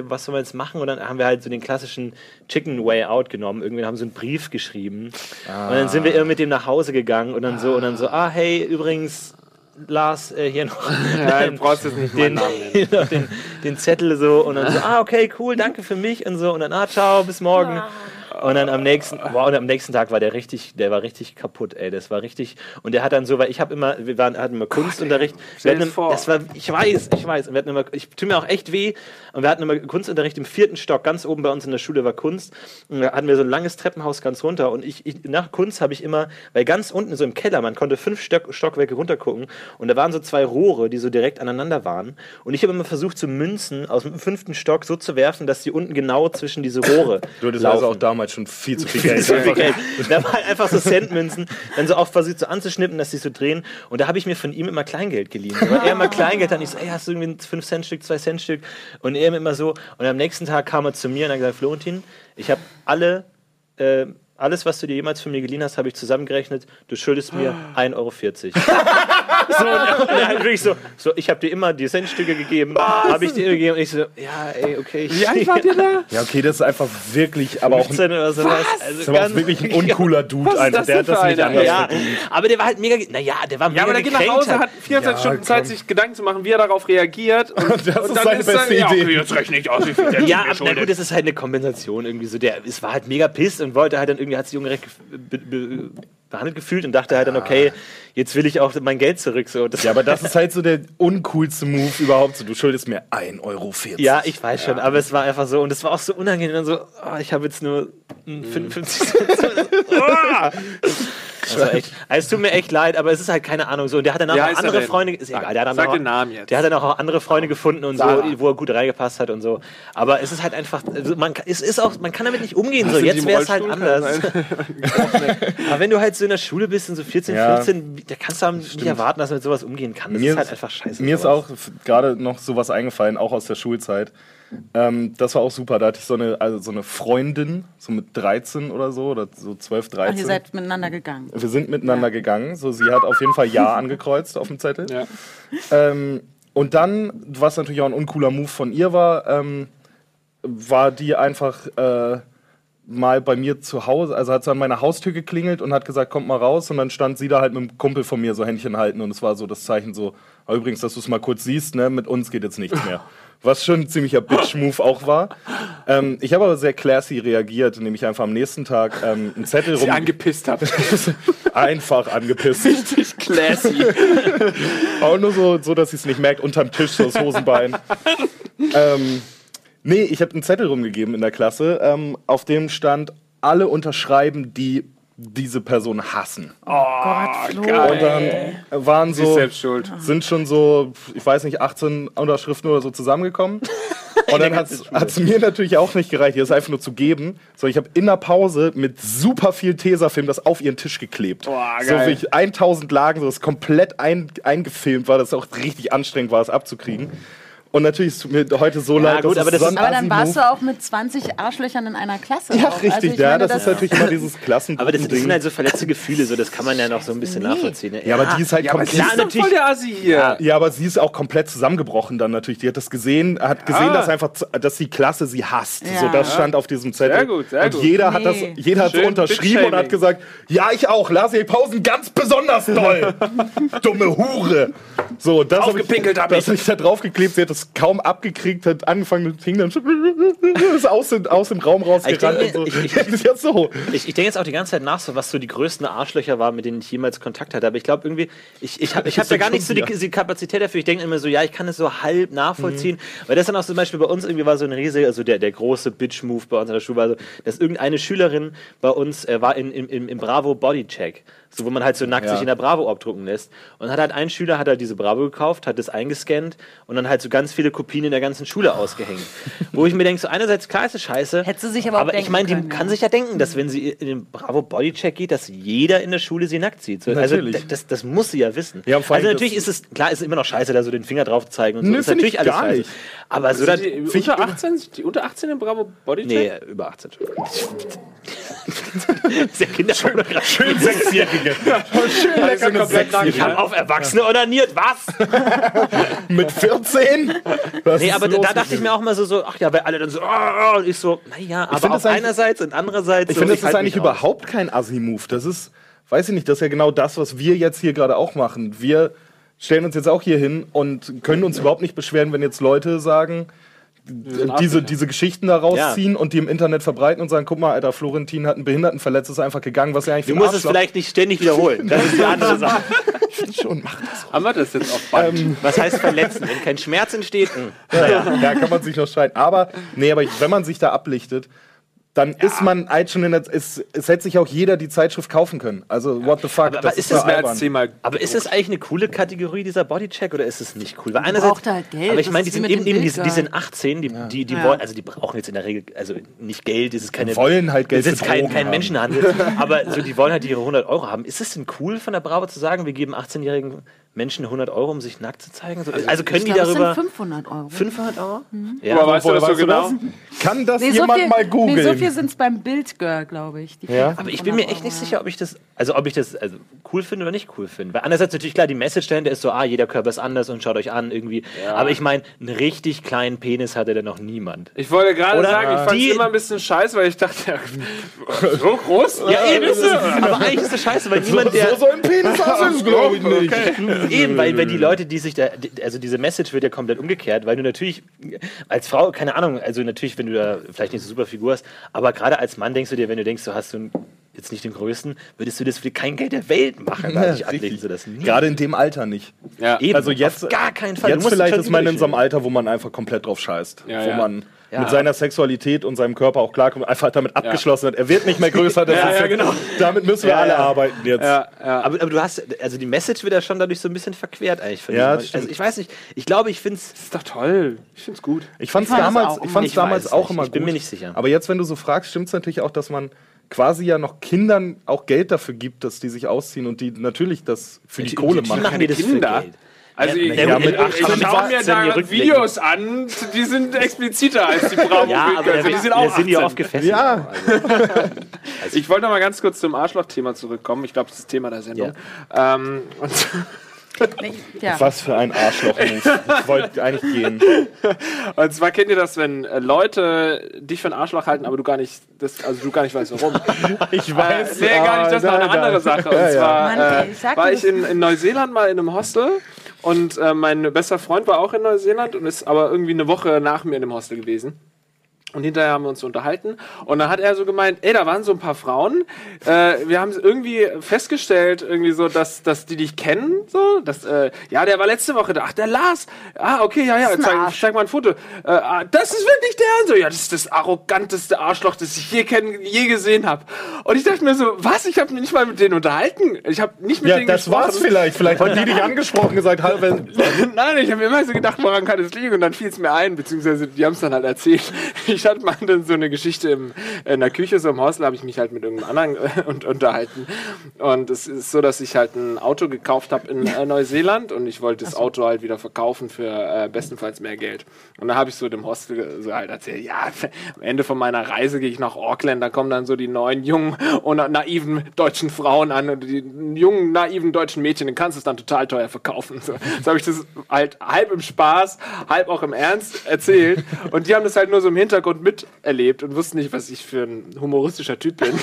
was sollen wir jetzt machen? Und dann haben wir halt so den klassischen Chicken Way Out genommen. Irgendwie haben so einen Brief geschrieben. Und dann sind wir immer mit dem nach Hause gegangen und dann so, hey, übrigens, Lars, hier noch du brauchst jetzt nicht meinen Namen den Zettel so und dann so, okay, cool, danke für mich und so und dann, ciao, bis morgen. Und dann am nächsten Tag war der war richtig kaputt, ey. Das war richtig. Und der hat dann so, weil hatten immer Kunstunterricht. Ich weiß. Und ich tue mir auch echt weh. Und wir hatten immer Kunstunterricht im 4. Stock, ganz oben bei uns in der Schule war Kunst. Und da hatten wir so ein langes Treppenhaus ganz runter. Und nach Kunst habe ich immer, weil ganz unten so im Keller, man konnte 5 Stockwerke runter gucken. Und da waren so 2 Rohre, die so direkt aneinander waren. Und ich habe immer versucht, so Münzen aus dem 5. Stock so zu werfen, dass die unten genau zwischen diese Rohre das war also auch damals schon viel zu viel Geld. Da waren einfach so Centmünzen, dann so auch versucht so anzuschnippen, dass sie so drehen. Und da habe ich mir von ihm immer Kleingeld geliehen. Weil er immer Kleingeld hat. Und ich so, hast du irgendwie ein 5-Cent-Stück, 2-Cent-Stück? Und er immer so. Und am nächsten Tag kam er zu mir und hat gesagt, Florentin, ich habe alles, was du dir jemals von mir geliehen hast, habe ich zusammengerechnet. Du schuldest mir 1,40 Euro. So, und er halt wirklich so, ich habe dir immer die Centstücke gegeben, habe ich dir gegeben. Und ich so, ja, ey, okay. Wie alt wart ihr da? Ja, okay, das ist einfach wirklich, aber auch oder sowas. Also das ist wirklich ein uncooler Dude einfach. Der hat das nicht anders verdient. Aber der war halt mega, der war mega aber der geht nach Hause, hat 24 Stunden Zeit, sich Gedanken zu machen, wie er darauf reagiert. Und das ist seine beste Idee. Okay, jetzt rechne ich aus, wie viel der ja, aber gut, das ist halt eine Kompensation irgendwie so. Es war halt mega pisst und wollte halt dann irgendwie, hat sich ungerecht behandelt gefühlt und dachte halt dann, okay, jetzt will ich auch mein Geld zurück. So. Aber das ist halt so der uncoolste Move überhaupt. So, du schuldest mir 1,40 Euro. Ja, ich weiß schon, aber es war einfach so und es war auch so unangenehm. Und dann so, ich habe jetzt nur 55 Cent. Es tut mir echt leid, aber es ist halt keine Ahnung so. Und der hat dann auch andere Freunde. Ist egal, sag den Namen jetzt. Der hat dann auch andere Freunde gefunden und so, wo er gut reingepasst hat und so. Aber es ist halt einfach, also man kann damit nicht umgehen. So. Jetzt wäre es halt anders. Aber wenn du halt so in der Schule bist und so 14, 15, da kannst du nicht erwarten, dass man mit sowas umgehen kann. Das ist halt einfach scheiße. Mir ist auch gerade noch sowas eingefallen, auch aus der Schulzeit. Das war auch super. Da hatte ich so eine Freundin, so mit 13 oder so, oder so 12, 13. Ach, ihr seid miteinander gegangen. Wir sind miteinander gegangen. So, sie hat auf jeden Fall Ja angekreuzt auf dem Zettel. Ja. Und dann, was natürlich auch ein uncooler Move von ihr war die einfach mal bei mir zu Hause, also hat sie an meiner Haustür geklingelt und hat gesagt, kommt mal raus. Und dann stand sie da halt mit einem Kumpel von mir so Händchen halten. Und es war so das Zeichen so, übrigens, dass du es mal kurz siehst, ne, mit uns geht jetzt nichts mehr. Was schon ein ziemlicher Bitch-Move auch war. Ich habe aber sehr classy reagiert, nämlich einfach am nächsten Tag einen Zettel Sie angepisst habt. Einfach angepisst. Richtig classy. Auch nur so, dass sie es nicht merkt, unterm Tisch, so das Hosenbein. Nee, ich habe einen Zettel rumgegeben in der Klasse, auf dem stand, alle unterschreiben, die diese Person hassen. Oh Gott, Flo. Und dann waren so, selbst schuld. Sind schon so, ich weiß nicht, 18 Unterschriften oder so zusammengekommen. Und dann hat es mir natürlich auch nicht gereicht, ihr das einfach nur zu geben. So, ich habe in der Pause mit super viel Tesafilm das auf ihren Tisch geklebt. Boah, so wie 1000 Lagen, so das komplett eingefilmt war, das auch richtig anstrengend war, das abzukriegen. Und natürlich ist es mir heute so leid, gut, dass aber so ein aber dann warst Assi-Move. du auch mit 20 Arschlöchern in einer Klasse. Ja, auch. richtig, also das ist natürlich immer dieses Klassengruppen-Ding. Aber das sind halt so verletzte Gefühle, so, das kann man ja noch so ein bisschen nachvollziehen. Ne? Ja, aber die ist halt komplett... Klar, natürlich. Voll der Assi hier. Ja, aber sie ist auch komplett zusammengebrochen dann natürlich. Die hat das gesehen, dass die Klasse sie hasst. Ja. So, das stand auf diesem Zettel. Sehr gut, sehr gut. Und jeder hat so unterschrieben und hat gesagt, ja, ich auch, Lars Pausen ganz besonders toll. Dumme Hure. So, das Aufgepinkelt hab ich da draufgeklebt, sie hat das kaum abgekriegt, hat angefangen mit Fingern, ist aus dem Raum rausgerannt und so. Ich denke jetzt auch die ganze Zeit nach, so was so die größten Arschlöcher waren, mit denen ich jemals Kontakt hatte. Aber ich glaube irgendwie, ich hab da gar nicht so die Kapazität dafür. Ich denke immer so, ja, ich kann es so halb nachvollziehen. Weil das dann auch zum Beispiel bei uns irgendwie war so ein riesiger, also der große Bitch-Move bei uns in der Schule war so, dass irgendeine Schülerin bei uns war im Bravo Bodycheck. So, wo man halt so nackt sich in der Bravo abdrucken lässt. Und hat halt ein Schüler hat halt diese Bravo gekauft, hat das eingescannt und dann halt so ganz viele Kopien in der ganzen Schule ausgehängt. Wo ich mir denke, so einerseits, klar ist es scheiße. Hätte sie sich aber auch ich meine, die kann sich ja denken, dass wenn sie in den Bravo Bodycheck geht, dass jeder in der Schule sie nackt sieht. So, also das muss sie ja wissen. Ja, also natürlich ist es, klar, ist es immer noch scheiße, da so den Finger drauf zu zeigen und so. Nö, Das ist natürlich alles gar scheiße. nicht. Aber so die unter 18 im Bravo Bodycheck? Nee, über 18. Sehr Kinderpornografie. Schön 6-Jährige Sechsjährige. Schön lecker eine Sechsjährige. Ich habe auf Erwachsene onaniert, was? Mit 14? Nee, aber da dachte ich mir auch mal so, ach ja, weil alle dann so, und ich so, naja, aber auf einerseits und andererseits. Ich finde, das ist eigentlich überhaupt kein Assi-Move. Das ist, weiß ich nicht, das ist ja genau das, was wir jetzt hier gerade auch machen. Wir stellen uns jetzt auch hier hin und können uns überhaupt nicht beschweren, wenn jetzt Leute sagen, diese Geschichten da rausziehen und die im Internet verbreiten und sagen, guck mal, Alter, Florentin hat einen Behinderten verletzt, ist einfach gegangen, was er eigentlich für ein Du musst es vielleicht nicht ständig wiederholen. Das ist die andere Sache. Ich finde schon, mach das. Haben wir das jetzt auf Band? Was heißt verletzen? Wenn kein Schmerz entsteht? Da kann man sich noch streiten. Aber wenn man sich da ablichtet, dann ist man halt schon es hätte sich auch jeder die Zeitschrift kaufen können. Also, what the fuck, aber das ist ist das mehr als 10-mal. Aber ist es eigentlich eine coole Kategorie, dieser Bodycheck, oder ist es nicht cool? Weil braucht halt Geld. Aber ich meine, die Das ist sind wie mit eben, dem die sind 18, die wollen, also die brauchen jetzt in der Regel, also nicht Geld, das ist keine, wollen halt Geld das ist für kein Drogen haben. Menschenhandel, aber so, die wollen halt ihre 100 Euro haben. Ist es denn cool von der Bravo zu sagen, wir geben 18-jährigen Menschen 100 Euro, um sich nackt zu zeigen? Also können die darüber... Das sind 500 Euro. 500 Euro? Ja, aber weißt du das so genau? Kann das jemand mal googeln? So viel sind es beim Bildgirl, glaube ich. Aber ich bin mir echt nicht sicher, ob ich das cool finde oder nicht cool finde. Weil andererseits natürlich klar, die Message dahinter ist so, jeder Körper ist anders und schaut euch an irgendwie. Ja. Aber ich meine, einen richtig kleinen Penis hatte denn noch niemand. Ich wollte gerade sagen, ich fand es immer ein bisschen scheiße, weil ich dachte, so groß? Ja, eben ist es. Aber eigentlich ist das scheiße, weil niemand, der... So ein Penis hast du, glaube ich nicht. Okay. Eben, weil die Leute, die sich da... Also diese Message wird ja komplett umgekehrt, weil du natürlich als Frau, keine Ahnung, also natürlich, wenn du da vielleicht nicht so super Figur hast, aber gerade als Mann denkst du dir, wenn du denkst, du hast jetzt nicht den Größten, würdest du das für kein Geld der Welt machen, weil ich ablegen so das nie. Gerade in dem Alter nicht. Ja. Eben, also jetzt auf gar keinen Fall. Jetzt vielleicht ist man in so einem Alter, wo man einfach komplett drauf scheißt. Ja, wo man mit seiner Sexualität und seinem Körper auch klarkommt, einfach damit abgeschlossen hat. Er wird nicht mehr größer. Genau. Damit müssen wir alle arbeiten jetzt. Aber du hast, also die Message wird ja schon dadurch so ein bisschen verquert eigentlich. Also ich weiß nicht, ich glaube, ich finde es... Das ist doch toll. Ich finde es gut. Ich fand es damals auch immer gut. Ich bin mir nicht sicher. Aber jetzt, wenn du so fragst, stimmt es natürlich auch, dass man quasi ja noch Kindern auch Geld dafür gibt, dass die sich ausziehen und die natürlich das für die Kohle machen. Machen die das für Geld? Also mit ich schaue mir da Videos an, die sind expliziter als die Bravo. Ja, aber also die sind auch sind ja oft gefesselt. Ja. Also ich wollte noch mal ganz kurz zum Arschloch-Thema zurückkommen. Ich glaube, das ist das Thema der Sendung. Was für ein Arschloch-Move. Ich wollte eigentlich gehen. Und zwar kennt ihr das, wenn Leute dich für ein Arschloch halten, aber du gar nicht weißt, warum. Ich weiß. Nee, gar nicht, das ist noch eine andere Sache. Und zwar war ich in Neuseeland mal in einem Hostel und mein bester Freund war auch in Neuseeland und ist aber irgendwie eine Woche nach mir in dem Hostel gewesen. Und hinterher haben wir uns unterhalten und dann hat er so gemeint, da waren so ein paar Frauen, wir haben irgendwie festgestellt, irgendwie so, dass die dich kennen, so, der war letzte Woche da, ach, der Lars, okay, zeig mal ein Foto, das ist wirklich der und so, ja, das ist das arroganteste Arschloch, das ich je gesehen habe. Und ich dachte mir so, was, ich habe mich nicht mal mit denen unterhalten, ich habe nicht mit denen gesprochen. Ja, das war's vielleicht haben die dich angesprochen, gesagt, Nein, ich habe mir immer so gedacht, woran kann es liegen und dann fiel es mir ein, beziehungsweise die haben es dann halt erzählt. Ich hatte mal dann so eine Geschichte in der Küche, so im Hostel, habe ich mich halt mit irgendeinem anderen unterhalten. Und es ist so, dass ich halt ein Auto gekauft habe in Neuseeland und ich wollte das Auto halt wieder verkaufen für bestenfalls mehr Geld. Und da habe ich so dem Hostel so halt erzählt, am Ende von meiner Reise gehe ich nach Auckland, da kommen dann so die neuen, jungen und naiven deutschen Frauen an und die jungen, naiven deutschen Mädchen, den kannst du es dann total teuer verkaufen. So habe ich das halt halb im Spaß, halb auch im Ernst erzählt und die haben das halt nur so im Hintergrund miterlebt und wussten nicht, was ich für ein humoristischer Typ bin.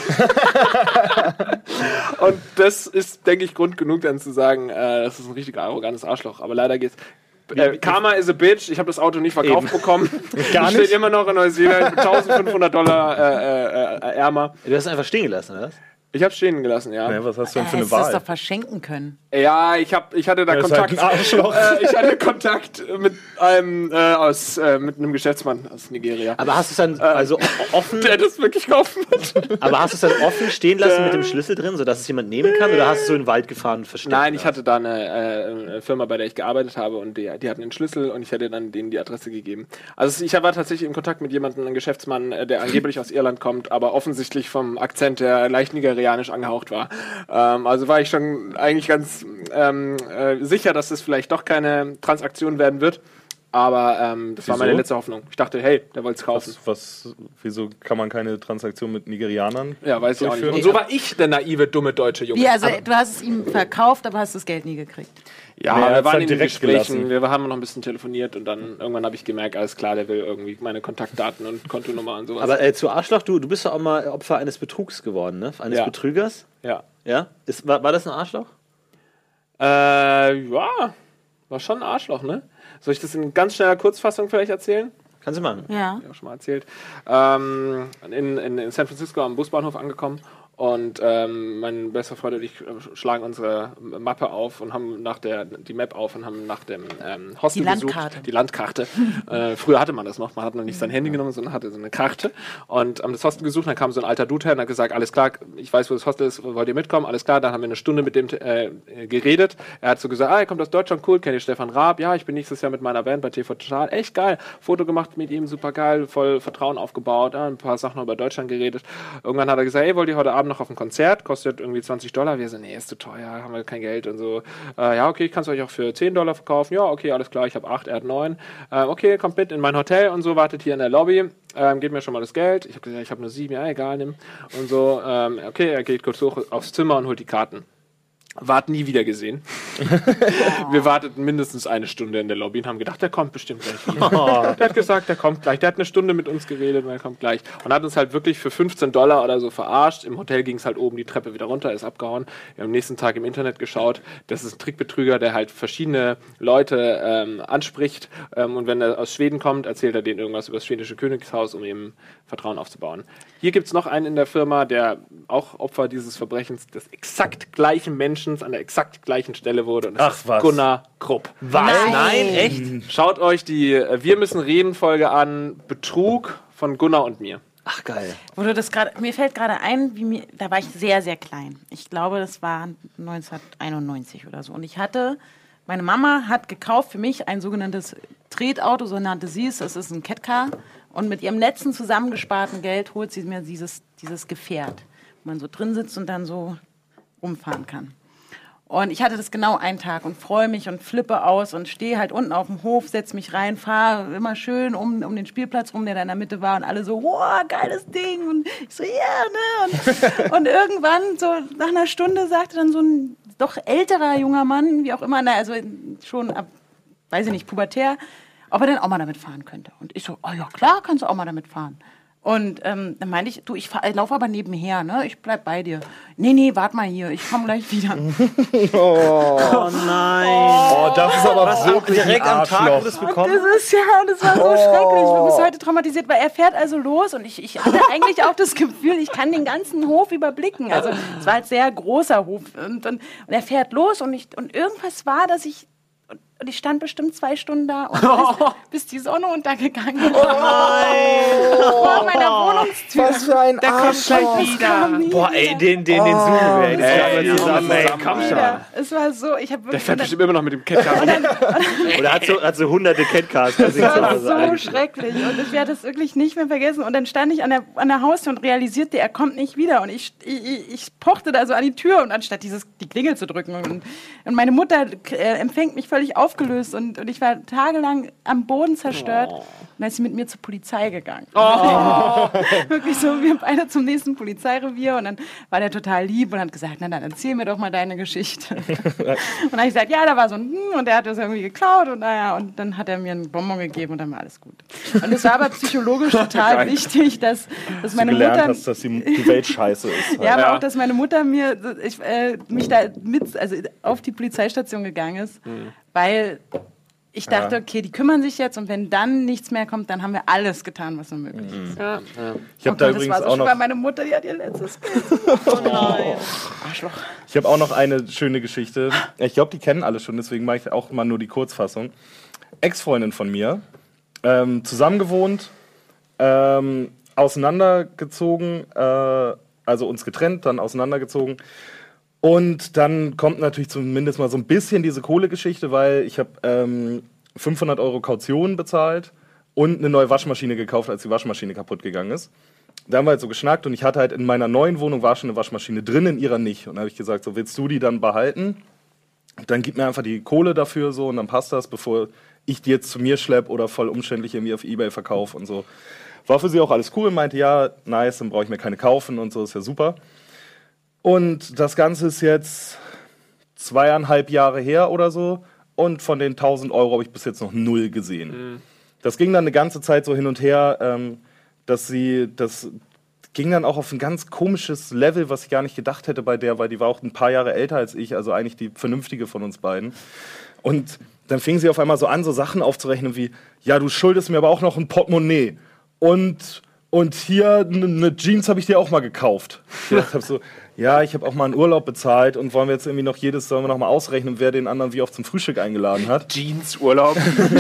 Und das ist, denke ich, Grund genug dann zu sagen, das ist ein richtig arrogantes Arschloch. Aber leider geht's. Karma is a bitch. Ich habe das Auto nicht verkauft bekommen. Gar nicht. Steht immer noch in Neuseeland mit $1.500 ärmer. Du hast es einfach stehen gelassen, oder? Ich habe stehen gelassen, ja. Was hast du denn für eine Wahl? Du Wahl? das doch verschenken können. Ja, ich hatte da Kontakt. Ich hatte Kontakt mit einem mit einem Geschäftsmann aus Nigeria. Aber hast du es dann offen? Der das wirklich kaufen wird. Aber hast du es dann offen stehen lassen mit dem Schlüssel drin, sodass es jemand nehmen kann? Oder hast du so in den Wald gefahren und versteckt? Nein, ich hatte da eine Firma, bei der ich gearbeitet habe und die hatten den Schlüssel und ich hätte dann denen die Adresse gegeben. Also ich war tatsächlich in Kontakt mit jemandem, einem Geschäftsmann, der angeblich aus Irland kommt, aber offensichtlich vom Akzent her leicht nigerianisch angehaucht war. Also war ich schon eigentlich ganz sicher, dass es vielleicht doch keine Transaktion werden wird. Aber das war meine letzte Hoffnung. Ich dachte, hey, der wollte es kaufen. Wieso kann man keine Transaktion mit Nigerianern? Ja, weiß ich auch nicht. Und so war ich der naive, dumme deutsche Junge. Wie, also du hast es ihm verkauft, aber hast das Geld nie gekriegt? Ja, wir waren in den Gesprächen, wir haben noch ein bisschen telefoniert und dann irgendwann habe ich gemerkt, alles klar, der will irgendwie meine Kontaktdaten und Kontonummer und sowas. Aber zu Arschloch, du bist doch auch mal Opfer eines Betrugs geworden, ne? Eines Betrügers? Ja. Ja? War das ein Arschloch? Ja, war schon ein Arschloch, ne? Soll ich das in ganz schneller Kurzfassung vielleicht erzählen? Kannst du machen. Ja. Hab ich auch schon mal erzählt. In San Francisco am Busbahnhof angekommen und mein bester Freund und ich schlagen unsere Mappe auf und haben die Map auf und haben nach dem Hostel gesucht. Die Landkarte. Früher hatte man das noch. Man hat noch nicht sein Handy genommen, sondern hatte so eine Karte und haben das Hostel gesucht. Dann kam so ein alter Dude her und hat gesagt, alles klar, ich weiß, wo das Hostel ist, wollt ihr mitkommen? Alles klar, dann haben wir eine Stunde mit dem geredet. Er hat so gesagt, er kommt aus Deutschland, cool, kennt ihr Stefan Raab? Ja, ich bin nächstes Jahr mit meiner Band bei TV Total. Echt geil. Foto gemacht mit ihm, super geil, voll Vertrauen aufgebaut, ein paar Sachen über Deutschland geredet. Irgendwann hat er gesagt, hey, wollt ihr heute Abend noch auf ein Konzert? Kostet irgendwie $20. Wir so, nee, ist zu teuer, haben wir kein Geld und so. Ja, okay, ich kann es euch auch für $10 verkaufen. Ja, okay, alles klar, ich habe 8, er hat 9. Okay, kommt mit in mein Hotel und so, wartet hier in der Lobby. Gebt mir schon mal das Geld. Ich habe gesagt, ich habe nur 7, ja, egal, nimm. Und so, okay, er geht kurz hoch aufs Zimmer und holt die Karten. Wart nie wieder gesehen. Wir warteten mindestens eine Stunde in der Lobby und haben gedacht, der kommt bestimmt gleich. Der hat gesagt, der kommt gleich. Der hat eine Stunde mit uns geredet und er kommt gleich. Und hat uns halt wirklich für $15 oder so verarscht. Im Hotel ging es halt oben die Treppe wieder runter, ist abgehauen. Wir haben am nächsten Tag im Internet geschaut. Das ist ein Trickbetrüger, der halt verschiedene Leute anspricht. Und wenn er aus Schweden kommt, erzählt er denen irgendwas über das schwedische Königshaus, um eben Vertrauen aufzubauen. Hier gibt es noch einen in der Firma, der auch Opfer dieses Verbrechens des exakt gleichen Menschen an der exakt gleichen Stelle wurde. Und das ist Gunnar Krupp. Was? Nein, echt? Schaut euch die Wir müssen reden Folge an. Betrug von Gunnar und mir. Ach, geil. Mir fällt gerade ein, da war ich sehr, sehr klein. Ich glaube, das war 1991 oder so. Und meine Mama hat gekauft für mich ein sogenanntes Tretauto, so nannte sie es. Das ist ein Catcar. Und mit ihrem letzten zusammengesparten Geld holt sie mir dieses Gefährt, wo man so drin sitzt und dann so rumfahren kann. Und ich hatte das genau einen Tag und freue mich und flippe aus und stehe halt unten auf dem Hof, setze mich rein, fahre immer schön um den Spielplatz rum, der da in der Mitte war und alle so, wow, geiles Ding. Und ich so, ja, ne? Und irgendwann, so nach einer Stunde, sagte dann so ein doch älterer junger Mann, wie auch immer, also schon ab, weiß ich nicht, pubertär, ob er denn auch mal damit fahren könnte. Und ich so, oh ja, klar, kannst du auch mal damit fahren. Und dann meinte ich, du, ich laufe aber nebenher, ne? Ich bleib bei dir. Nee, warte mal hier, ich komme gleich wieder. Oh nein. Oh, das ist aber wirklich direkt am Tag, wo das bekommen. Das war so schrecklich. Ich bin bis heute traumatisiert, weil er fährt also los und ich hatte eigentlich auch das Gefühl, ich kann den ganzen Hof überblicken. Also es war halt sehr großer Hof und er fährt los und irgendwas war, dass ich stand bestimmt 2 Stunden da und bis die Sonne untergegangen ist. Oh nein! Vor meiner Wohnungstür. Was für ein Der kommt gleich wieder. Boah, ey, den suchen wir. Komm schon. Es war so, ich habe Der wirklich... fährt bestimmt immer noch mit dem Catcar. Oder hat so hunderte Catcars. Das war so schrecklich und ich werde das wirklich nicht mehr vergessen. Und dann stand ich an der Haustür und realisierte, er kommt nicht wieder. Und ich pochte da so an die Tür und anstatt die Klingel zu drücken. Und meine Mutter empfängt mich völlig aufgelöst und ich war tagelang am Boden zerstört. Und dann ist sie mit mir zur Polizei gegangen. Wirklich so, wir beide zum nächsten Polizeirevier und dann war der total lieb und hat gesagt, na dann erzähl mir doch mal deine Geschichte. Und dann habe ich gesagt, ja, da war so ein und der hat das irgendwie geklaut und naja, und dann hat er mir einen Bonbon gegeben und dann war alles gut. Und es war aber psychologisch total wichtig, dass meine gelernt Mutter... hast, dass die Welt scheiße ist. Halt. Ja, aber auch, dass meine Mutter mich da auf die Polizeistation gegangen ist, weil ich dachte, okay, die kümmern sich jetzt und wenn dann nichts mehr kommt, dann haben wir alles getan, was nur möglich ist. Ja. Ich habe da übrigens das war so auch noch... weil meine Mutter, die hat ihr letztes Kind. Oh nein. Arschloch. Ich habe auch noch eine schöne Geschichte. Ich glaube, die kennen alle schon, deswegen mache ich auch mal nur die Kurzfassung. Ex-Freundin von mir, zusammengewohnt, auseinandergezogen, also uns getrennt, dann auseinandergezogen. Und dann kommt natürlich zumindest mal so ein bisschen diese Kohlegeschichte, weil ich habe 500 € Kaution bezahlt und eine neue Waschmaschine gekauft, als die Waschmaschine kaputt gegangen ist. Da haben wir halt so geschnackt und ich hatte halt in meiner neuen Wohnung war schon eine Waschmaschine drin, in ihrer nicht. Und da habe ich gesagt, so willst du die dann behalten? Dann gib mir einfach die Kohle dafür so und dann passt das, bevor ich die jetzt zu mir schleppe oder voll umständlich irgendwie auf eBay verkaufe und so. War für sie auch alles cool, meinte, ja, nice, dann brauche ich mir keine kaufen und so, ist ja super. Und das Ganze ist jetzt 2,5 Jahre her oder so und von den 1.000 Euro habe ich bis jetzt noch 0 gesehen. Das ging dann eine ganze Zeit so hin und her, das ging dann auch auf ein ganz komisches Level, was ich gar nicht gedacht hätte bei der, weil die war auch ein paar Jahre älter als ich, also eigentlich die vernünftige von uns beiden. Und dann fing sie auf einmal so an, so Sachen aufzurechnen wie, ja, du schuldest mir aber auch noch ein Portemonnaie und hier eine Jeans habe ich dir auch mal gekauft. Ich dachte so, ja, ich habe auch mal einen Urlaub bezahlt und wollen wir jetzt irgendwie sollen wir noch mal ausrechnen, wer den anderen wie oft zum Frühstück eingeladen hat. Jeans-Urlaub.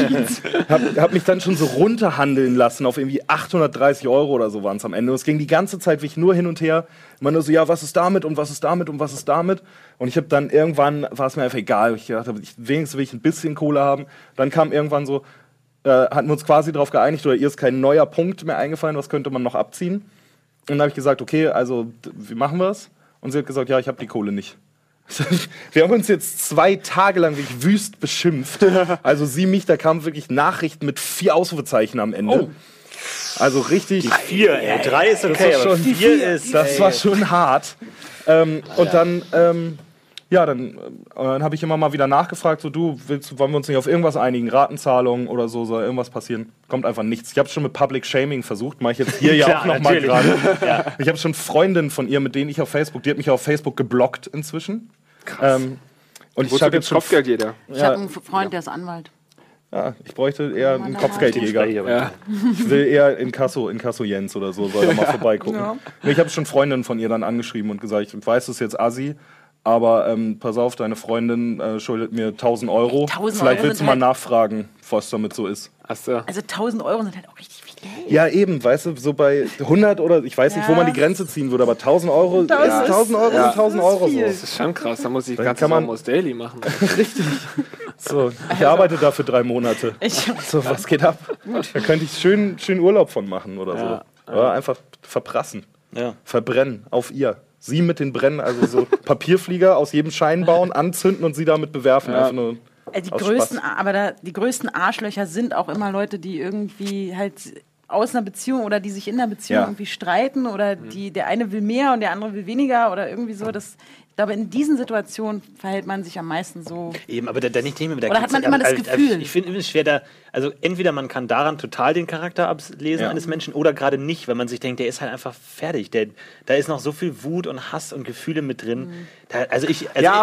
Hab mich dann schon so runterhandeln lassen auf irgendwie 830 Euro oder so waren es am Ende. Und es ging die ganze Zeit wirklich nur hin und her. Immer nur so, ja, was ist damit und was ist damit und was ist damit. Und ich habe dann irgendwann, war es mir einfach egal. Ich dachte, wenigstens will ich ein bisschen Kohle haben. Dann kam irgendwann so, hatten wir uns quasi darauf geeinigt, oder ihr ist kein neuer Punkt mehr eingefallen, was könnte man noch abziehen. Und dann habe ich gesagt, okay, also wie machen wir es? Und sie hat gesagt, ja, ich habe die Kohle nicht. Wir haben uns jetzt 2 Tage lang wirklich wüst beschimpft. Also sie mich, da kamen wirklich Nachrichten mit 4 Ausrufezeichen am Ende. Oh. Also richtig. 4, 3 ist okay, aber 4 ist... Das war schon hart. Und dann... dann habe ich immer mal wieder nachgefragt, so wollen wir uns nicht auf irgendwas einigen, Ratenzahlungen oder so, soll irgendwas passieren? Kommt einfach nichts. Ich habe schon mit Public Shaming versucht, mache ich jetzt hier ja auch nochmal gerade. Ja. Ich habe schon Freundinnen von ihr, mit denen ich auf Facebook, die hat mich auf Facebook geblockt inzwischen. Krass. Und ich habe jetzt Kopfgeld jeder. Ich habe einen Freund, der ist Anwalt. Ja, ich bräuchte eher einen Kopfgeldjäger. Ja. Ich will eher Inkasso Jens oder so, soll da mal vorbeigucken. Ja. Ich habe schon Freundinnen von ihr dann angeschrieben und gesagt, ich weiß, das ist jetzt assi, aber pass auf, deine Freundin schuldet mir 1.000 Euro. 1.000 Vielleicht willst du mal nachfragen, was damit so ist. Also 1.000 Euro sind halt auch richtig viel Geld. Ja, eben, weißt du, so bei 100 oder ich weiß nicht, wo man die Grenze ziehen würde, aber 1.000 Euro, 1.000 Euro sind 1.000 Euro so. Das ist schon krass, da muss ich ganz normal aus Daily machen. Richtig. So, ich arbeite da für 3 Monate. So, was geht ab? Da könnte ich schön Urlaub von machen oder so. Oder einfach verprassen, verbrennen auf ihr. Sie mit den Brennen, also so Papierflieger aus jedem Schein bauen, anzünden und sie damit bewerfen. Ja. Nur die größten Arschlöcher sind auch immer Leute, die irgendwie halt aus einer Beziehung oder die sich in einer Beziehung irgendwie streiten oder der eine will mehr und der andere will weniger oder irgendwie so. Ich glaube, in diesen Situationen verhält man sich am meisten so. Eben, aber da nicht mit der Oder hat man immer das Gefühl? Ich finde es schwer, also entweder man kann daran total den Charakter ablesen eines Menschen oder gerade nicht, weil man sich denkt, der ist halt einfach fertig. Da ist noch so viel Wut und Hass und Gefühle mit drin. Ich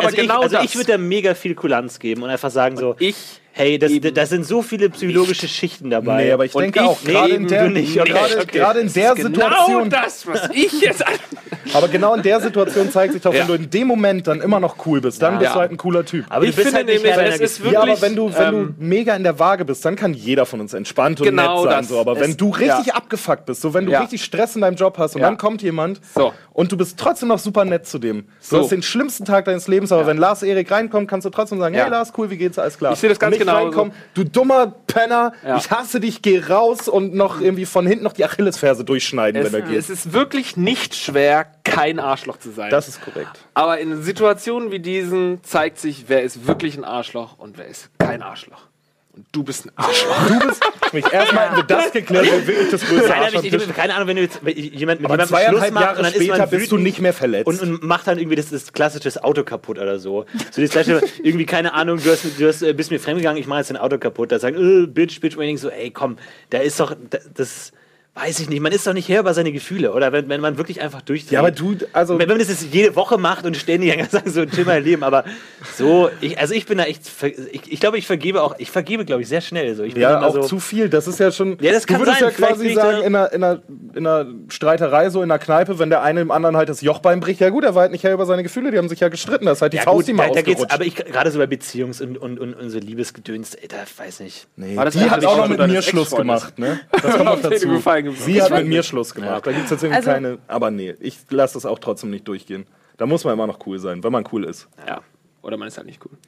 würde da mega viel Kulanz geben und einfach sagen so, hey, das sind so viele psychologische Schichten dabei. Nee, aber ich denke auch, gerade in der Situation... Genau das, was ich jetzt... Aber genau in der Situation zeigt sich doch, wenn du in dem Moment dann immer noch cool bist, dann bist du halt ein cooler Typ. Aber ich finde halt nämlich, es ist wirklich... Ja, aber wenn du mega in der Waage bist, dann kann jeder von uns entspannt und nett sein. So. Aber wenn du richtig abgefuckt bist, so wenn du richtig Stress in deinem Job hast und dann kommt jemand und du bist trotzdem noch super nett zu dem. Du hast den schlimmsten Tag deines Lebens, aber wenn Lars Erik reinkommt, kannst du trotzdem sagen, hey Lars, cool, wie geht's, alles klar. Ich sehe das ganz genau so. Du dummer Penner, ich hasse dich, geh raus und noch irgendwie von hinten noch die Achillesferse durchschneiden, wenn er geht. Es ist wirklich nicht schwer, kein Arschloch zu sein. Das ist korrekt. Aber in Situationen wie diesen zeigt sich, wer ist wirklich ein Arschloch und wer ist kein Arschloch. Und du bist ein Arschloch. Du bist... Erstmal haben wir das geklärt, wer wirklich das größte Arschloch ist. Keine Ahnung, wenn du jetzt jemand mit jemandem Schluss machst und dann später bist du nicht mehr verletzt. Und macht dann irgendwie das klassische Auto kaputt oder so. So das gleiche, irgendwie, keine Ahnung, du bist mir fremdgegangen, ich mache jetzt dein Auto kaputt. Da sagen, Bitch, und ich denke so, ey, komm, da ist doch, das... Weiß ich nicht, man ist doch nicht her über seine Gefühle, oder? Wenn man wirklich einfach durchdreht. Ja, aber wenn man das jetzt jede Woche macht und ständig sagen, so chill mal Leben, aber so, ich bin da echt, ich glaube, ich vergebe, glaube ich, sehr schnell. So. Ich bin auch so, zu viel, das ist ja schon, ja, das kann du würdest ja quasi sagen, in einer Streiterei, so in einer Kneipe, wenn der eine dem anderen halt das Jochbein bricht, ja gut, er war halt nicht her über seine Gefühle, die haben sich ja gestritten, das ist halt die Faust, die mal ausgerutscht. Aber gerade so bei Beziehungs- und so Liebesgedöns, da weiß nicht. Nee, die hat auch noch mit mir Schluss gemacht, ne? Das kommt noch dazu. Sie hat mit mir Schluss gemacht. Da gibt es tatsächlich keine... Aber nee, ich lasse das auch trotzdem nicht durchgehen. Da muss man immer noch cool sein, wenn man cool ist. Ja, oder man ist halt nicht cool.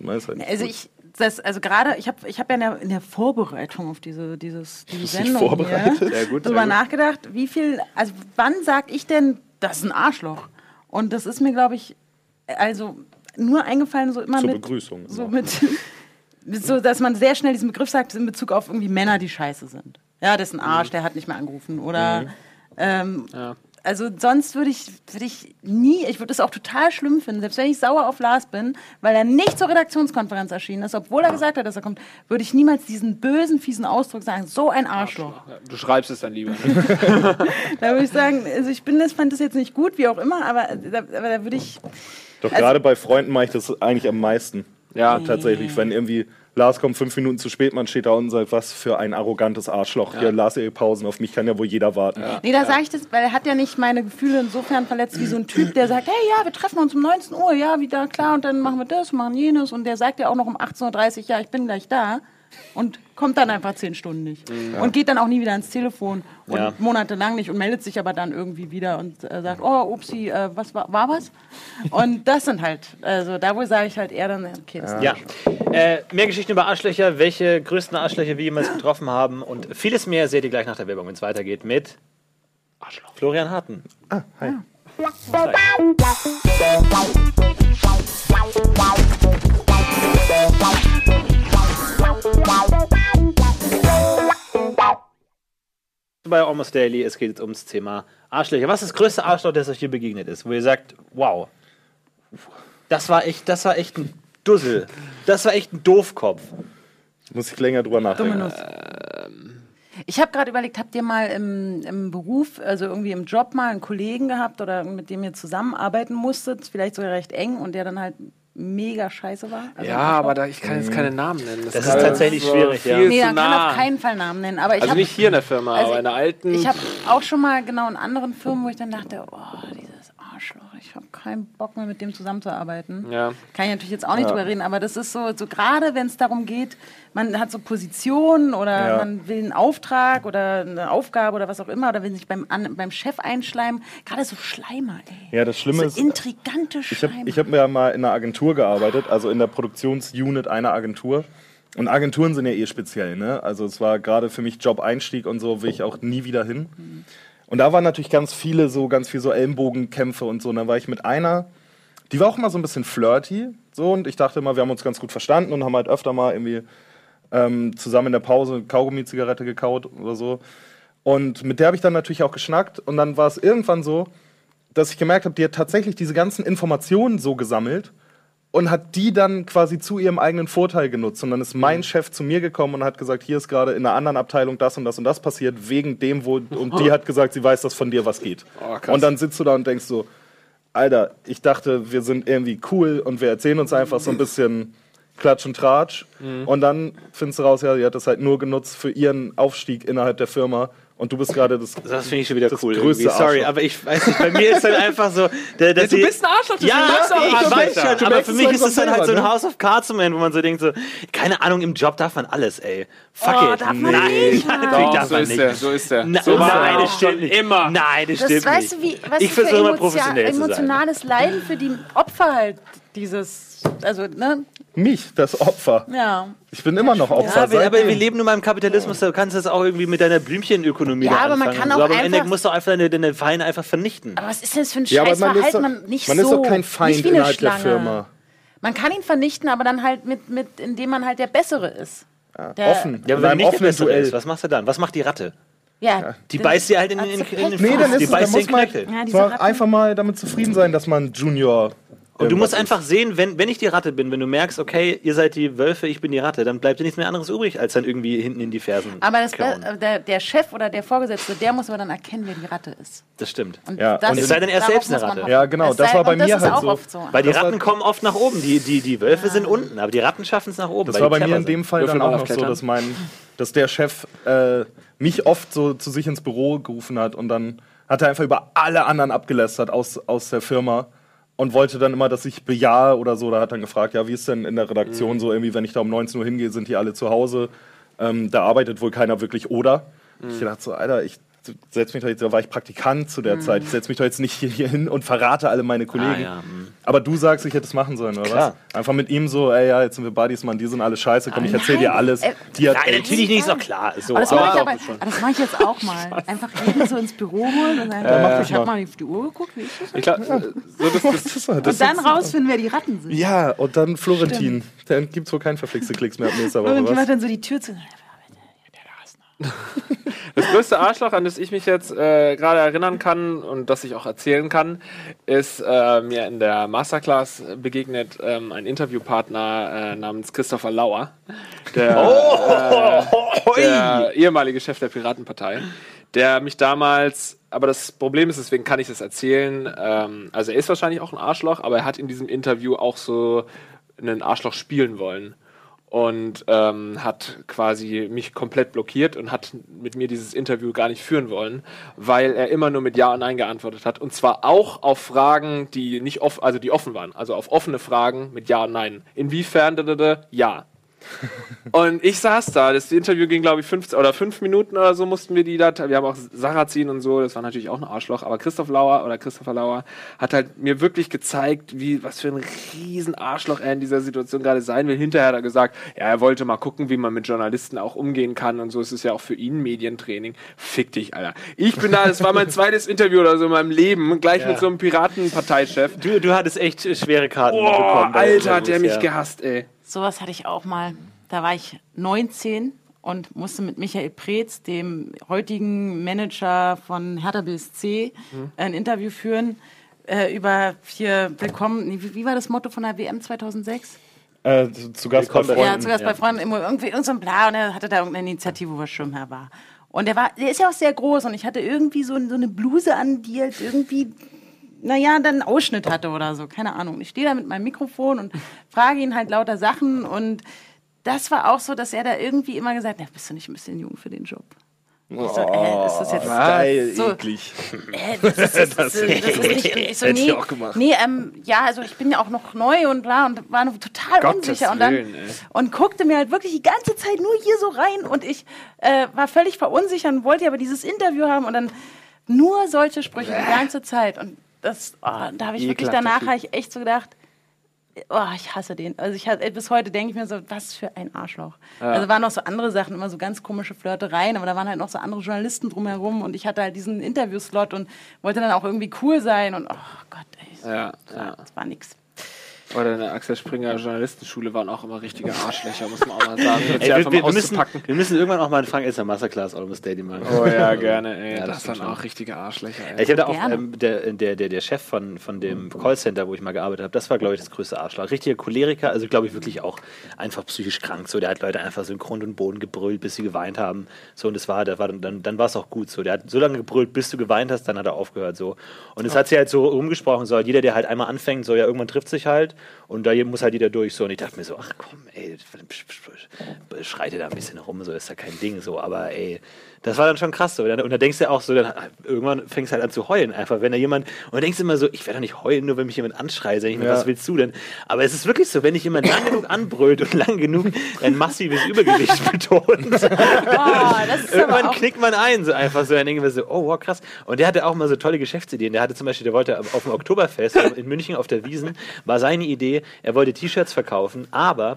Gerade, ich hab ja in der Vorbereitung auf diese Sendung darüber nachgedacht, wann sag ich denn, das ist ein Arschloch? Und das ist mir, glaube ich, also nur eingefallen, so immer zur mit... Begrüßung. So mit... so, dass man sehr schnell diesen Begriff sagt in Bezug auf irgendwie Männer, die scheiße sind. Ja, das ist ein Arsch, der hat nicht mehr angerufen. Oder also sonst würde ich nie, ich würde es auch total schlimm finden, selbst wenn ich sauer auf Lars bin, weil er nicht zur Redaktionskonferenz erschienen ist, obwohl er gesagt hat, dass er kommt, würde ich niemals diesen bösen, fiesen Ausdruck sagen, so ein Arschloch. Du schreibst es dann lieber. Da würde ich sagen, also fand das jetzt nicht gut, wie auch immer, aber da würde ich... Doch gerade bei Freunden mache ich das eigentlich am meisten. Ja, tatsächlich. Wenn irgendwie Lars kommt 5 Minuten zu spät, man steht da und sagt, was für ein arrogantes Arschloch. Ja. Hier, Lars, ihr Pausen, auf mich kann ja wohl jeder warten. Ja. Nee, da sage ich das, weil er hat ja nicht meine Gefühle insofern verletzt wie so ein Typ, der sagt, hey, ja, wir treffen uns um 19 Uhr, ja, wieder, klar, und dann machen wir das, machen jenes. Und der sagt ja auch noch um 18.30 Uhr, ja, ich bin gleich da. Und kommt dann einfach 10 Stunden nicht. Ja. Und geht dann auch nie wieder ans Telefon und monatelang nicht und meldet sich aber dann irgendwie wieder und sagt, oh, upsi, was war was? Und das sind halt, also da wo sage ich halt eher dann, okay, das ist mehr Geschichten über Arschlöcher, welche größten Arschlöcher wir jemals getroffen haben und vieles mehr seht ihr gleich nach der Werbung, wenn es weitergeht mit Arschloch. Florian Harten. Ah, hi. Bei Almost Daily, es geht ums Thema Arschlöcher. Was ist das größte Arschloch, das euch hier begegnet ist? Wo ihr sagt, wow, das war echt ein Dussel. Das war echt ein Doofkopf. Muss ich länger drüber nachdenken. Ich habe gerade überlegt, habt ihr mal im Beruf, also irgendwie im Job mal einen Kollegen gehabt oder mit dem ihr zusammenarbeiten musstet, vielleicht sogar recht eng und der dann halt mega scheiße war? Also ja, aber ich kann jetzt keine Namen nennen. Das ist tatsächlich schwierig, ja. Nee, dann kann auf keinen Fall Namen nennen. Aber also nicht hier in der Firma, aber in der alten... Ich habe auch schon mal genau in anderen Firmen, wo ich dann dachte, oh, dieses Arschloch, ich habe keinen Bock mehr mit dem zusammenzuarbeiten. Ja. Kann ich natürlich jetzt auch nicht drüber reden, aber das ist so gerade wenn es darum geht, man hat so Positionen oder man will einen Auftrag oder eine Aufgabe oder was auch immer oder will sich beim Chef einschleimen, gerade so Schleimer, ey. Ja, das Schlimme so intrigante Schleimer. Ich hab ja mal in einer Agentur gearbeitet, also in der Produktionsunit einer Agentur. Und Agenturen sind ja eh speziell, ne? Also es war gerade für mich Job-Einstieg und so, will ich auch nie wieder hin. Und da waren natürlich ganz viel so Ellenbogenkämpfe und so. Und dann war ich mit einer, die war auch immer so ein bisschen flirty, so, und ich dachte immer, wir haben uns ganz gut verstanden und haben halt öfter mal irgendwie zusammen in der Pause Kaugummi-Zigarette gekaut oder so. Und mit der habe ich dann natürlich auch geschnackt. Und dann war es irgendwann so, dass ich gemerkt habe, die hat tatsächlich diese ganzen Informationen so gesammelt und hat die dann quasi zu ihrem eigenen Vorteil genutzt. Und dann ist mein Chef zu mir gekommen und hat gesagt, hier ist gerade in einer anderen Abteilung das und das und das passiert, wegen dem, und die hat gesagt, sie weiß, dass von dir was geht. Oh, und dann sitzt du da und denkst so, Alter, ich dachte, wir sind irgendwie cool und wir erzählen uns einfach so ein bisschen Klatsch und Tratsch. Und dann findest du raus, ja, die hat das halt nur genutzt für ihren Aufstieg innerhalb der Firma. Und du bist gerade das finde ich schon wieder cool. Größte Sorry, aber ich weiß nicht, bei mir ist halt einfach so... du bist ein Arschloch, ich weiß ja, aber für mich ist es dann halt so ein House of Cards Moment, wo man so denkt, so, keine Ahnung, im Job darf man alles, ey. Fuck it. Darf man nicht. So ist der. Nein, das stimmt nicht. Immer. Nein, das stimmt nicht. Weißt du, was ich versuche immer professionell zu sein. Emotionales Leiden für die Opfer halt dieses, also, ne? Mich, das Opfer. Ja. Ich bin immer noch Opfer. Ja, aber wir leben nun mal im Kapitalismus, da kannst du das auch irgendwie mit deiner Blümchenökonomie aber man kann auch aber am Ende musst du einfach deine Feinde einfach vernichten. Aber was ist denn das für ein Scheißverhalten? Man ist doch kein Feind innerhalb der Firma. Man kann ihn vernichten, aber dann halt indem man halt der Bessere ist. Offen. Ja, aber wenn du nicht der Bessere ist, was machst du dann? Was macht die Ratte? Ja, die beißt dir halt in den Fuß. Nee, dann die beißt den Knöchel. Einfach mal damit zufrieden sein, dass man Junior... Und du musst einfach sehen, wenn ich die Ratte bin, wenn du merkst, okay, ihr seid die Wölfe, ich bin die Ratte, dann bleibt dir nichts mehr anderes übrig, als dann irgendwie hinten in die Fersen. Aber der Chef oder der Vorgesetzte, der muss aber dann erkennen, wer die Ratte ist. Das stimmt. Und es sei denn, er ist selbst eine Ratte. Ja, genau, das war bei mir halt so. Weil die Ratten kommen oft nach oben, die Wölfe sind unten, aber die Ratten schaffen es nach oben. Das war bei mir in dem Fall dann auch noch so, dass der Chef mich oft so zu sich ins Büro gerufen hat und dann hat er einfach über alle anderen abgelästert aus der Firma. Und wollte dann immer, dass ich bejahe oder so. Da hat dann gefragt, ja, wie ist denn in der Redaktion so irgendwie, wenn ich da um 19 Uhr hingehe, sind die alle zu Hause. Da arbeitet wohl keiner wirklich oder. Ich dachte so, Alter, ich setze mich doch jetzt, da war ich Praktikant zu der Zeit, ich setze mich doch jetzt nicht hier hin und verrate alle meine Kollegen. Aber du sagst, ich hätte es machen sollen, oder was? Einfach mit ihm so, ey, ja, jetzt sind wir Buddies, Mann, die sind alle scheiße, komm, ich erzähl dir alles. Die hat natürlich nicht, ist doch klar. So, das mache ich jetzt auch mal. Einfach jeden so ins Büro holen und sagen, ich habe mal auf die Uhr geguckt, wie ist das? Und dann rausfinden, wer die Ratten sind. Ja, und dann Florentin. Dann gibt es wohl keinen verflixte Klicks mehr ab nächster Woche. Florentin macht dann so die Tür zu. Das größte Arschloch, an das ich mich jetzt gerade erinnern kann und das ich auch erzählen kann, ist mir in der Masterclass begegnet ein Interviewpartner namens Christopher Lauer, der ehemalige Chef der Piratenpartei, der mich damals, aber das Problem ist, deswegen kann ich das erzählen, also er ist wahrscheinlich auch ein Arschloch, aber er hat in diesem Interview auch so einen Arschloch spielen wollen. Und hat quasi mich komplett blockiert und hat mit mir dieses Interview gar nicht führen wollen, weil er immer nur mit Ja und Nein geantwortet hat. Und zwar auch auf Fragen, die nicht die offen waren. Also auf offene Fragen mit Ja und Nein. Inwiefern? Ja. Und ich saß da, das Interview ging, glaube ich, 5 Minuten oder so mussten wir wir haben auch Sarrazin und so, das war natürlich auch ein Arschloch, aber Christopher Lauer hat halt mir wirklich gezeigt, was für ein riesen Arschloch er in dieser Situation gerade sein will. Hinterher hat er gesagt, ja, er wollte mal gucken, wie man mit Journalisten auch umgehen kann und so, es ist ja auch für ihn Medientraining. Fick dich, Alter. Ich bin da, das war mein zweites Interview oder so in meinem Leben, gleich mit so einem Piratenparteichef. Du hattest echt schwere Karten bekommen. Alter, hat der mich gehasst, ey. Sowas hatte ich auch mal. Da war ich 19 und musste mit Michael Preetz, dem heutigen Manager von Hertha BSC, ein Interview führen über hier willkommen. Wie war das Motto von der WM 2006? Zu Gast bei Freunden. Ja, zu Gast bei Freunden. Irgendwie irgend so ein Bla und er hatte da irgendeine Initiative, wo er Schirmherr war. Und der ist ja auch sehr groß und ich hatte irgendwie so eine Bluse an, die halt irgendwie dann einen Ausschnitt hatte oder so, keine Ahnung. Ich stehe da mit meinem Mikrofon und frage ihn halt lauter Sachen und das war auch so, dass er da irgendwie immer gesagt hat, bist du nicht ein bisschen jung für den Job? Ich so, ist das jetzt geil, so, eklig. Das ist nicht, ich so, nee, hätte ich auch gemacht. Nee, also ich bin ja auch noch neu und bla und war noch total unsicher und guckte mir halt wirklich die ganze Zeit nur hier so rein und ich war völlig verunsichert und wollte aber dieses Interview haben und dann nur solche Sprüche die ganze Zeit und da habe ich wirklich danach echt so gedacht, ich hasse den. Also bis heute denke ich mir so, was für ein Arschloch. Ja. Also waren noch so andere Sachen, immer so ganz komische Flirtereien, aber da waren halt noch so andere Journalisten drumherum und ich hatte halt diesen Interviewslot und wollte dann auch irgendwie cool sein und oh Gott, ey. Das war nix. Oder in der Axel Springer Journalistenschule waren auch immer richtige Arschlöcher, muss man auch mal sagen. Wir müssen irgendwann auch mal einen Frank Elster Masterclass Almost Daily machen. Oh ja, gerne, ey. Ja, das waren auch richtige Arschlöcher, ey. Ich hatte auch der Chef von dem Callcenter, wo ich mal gearbeitet habe, das war, glaube ich, das größte Arschloch. Richtiger Choleriker, also glaube ich wirklich auch einfach psychisch krank. So, der hat Leute einfach so in Grund und Boden gebrüllt, bis sie geweint haben. So, und dann war es auch gut so. Der hat so lange gebrüllt, bis du geweint hast, dann hat er aufgehört. So. Und es hat sich halt so rumgesprochen, so jeder, der halt einmal anfängt, so ja, irgendwann trifft sich halt. Und da muss halt jeder durch so. Und ich dachte mir so, ach komm, ey, schreite da ein bisschen rum, so ist da kein Ding so. Aber ey, das war dann schon krass so. Und da denkst du auch so, dann irgendwann fängst du halt an zu heulen einfach, wenn da jemand, und dann denkst du immer so, ich werde doch nicht heulen, nur wenn mich jemand anschreit, sag ich mir, was willst du denn? Aber es ist wirklich so, wenn dich jemand lang genug anbrüllt und lang genug ein massives Übergewicht betont, irgendwann knickt man ein, so einfach so. Dann denken wir so, oh wow, krass. Und der hatte auch mal so tolle Geschäftsideen. Der hatte zum Beispiel, der wollte auf dem Oktoberfest in München auf der Wiesn, war seine Idee, er wollte T-Shirts verkaufen, aber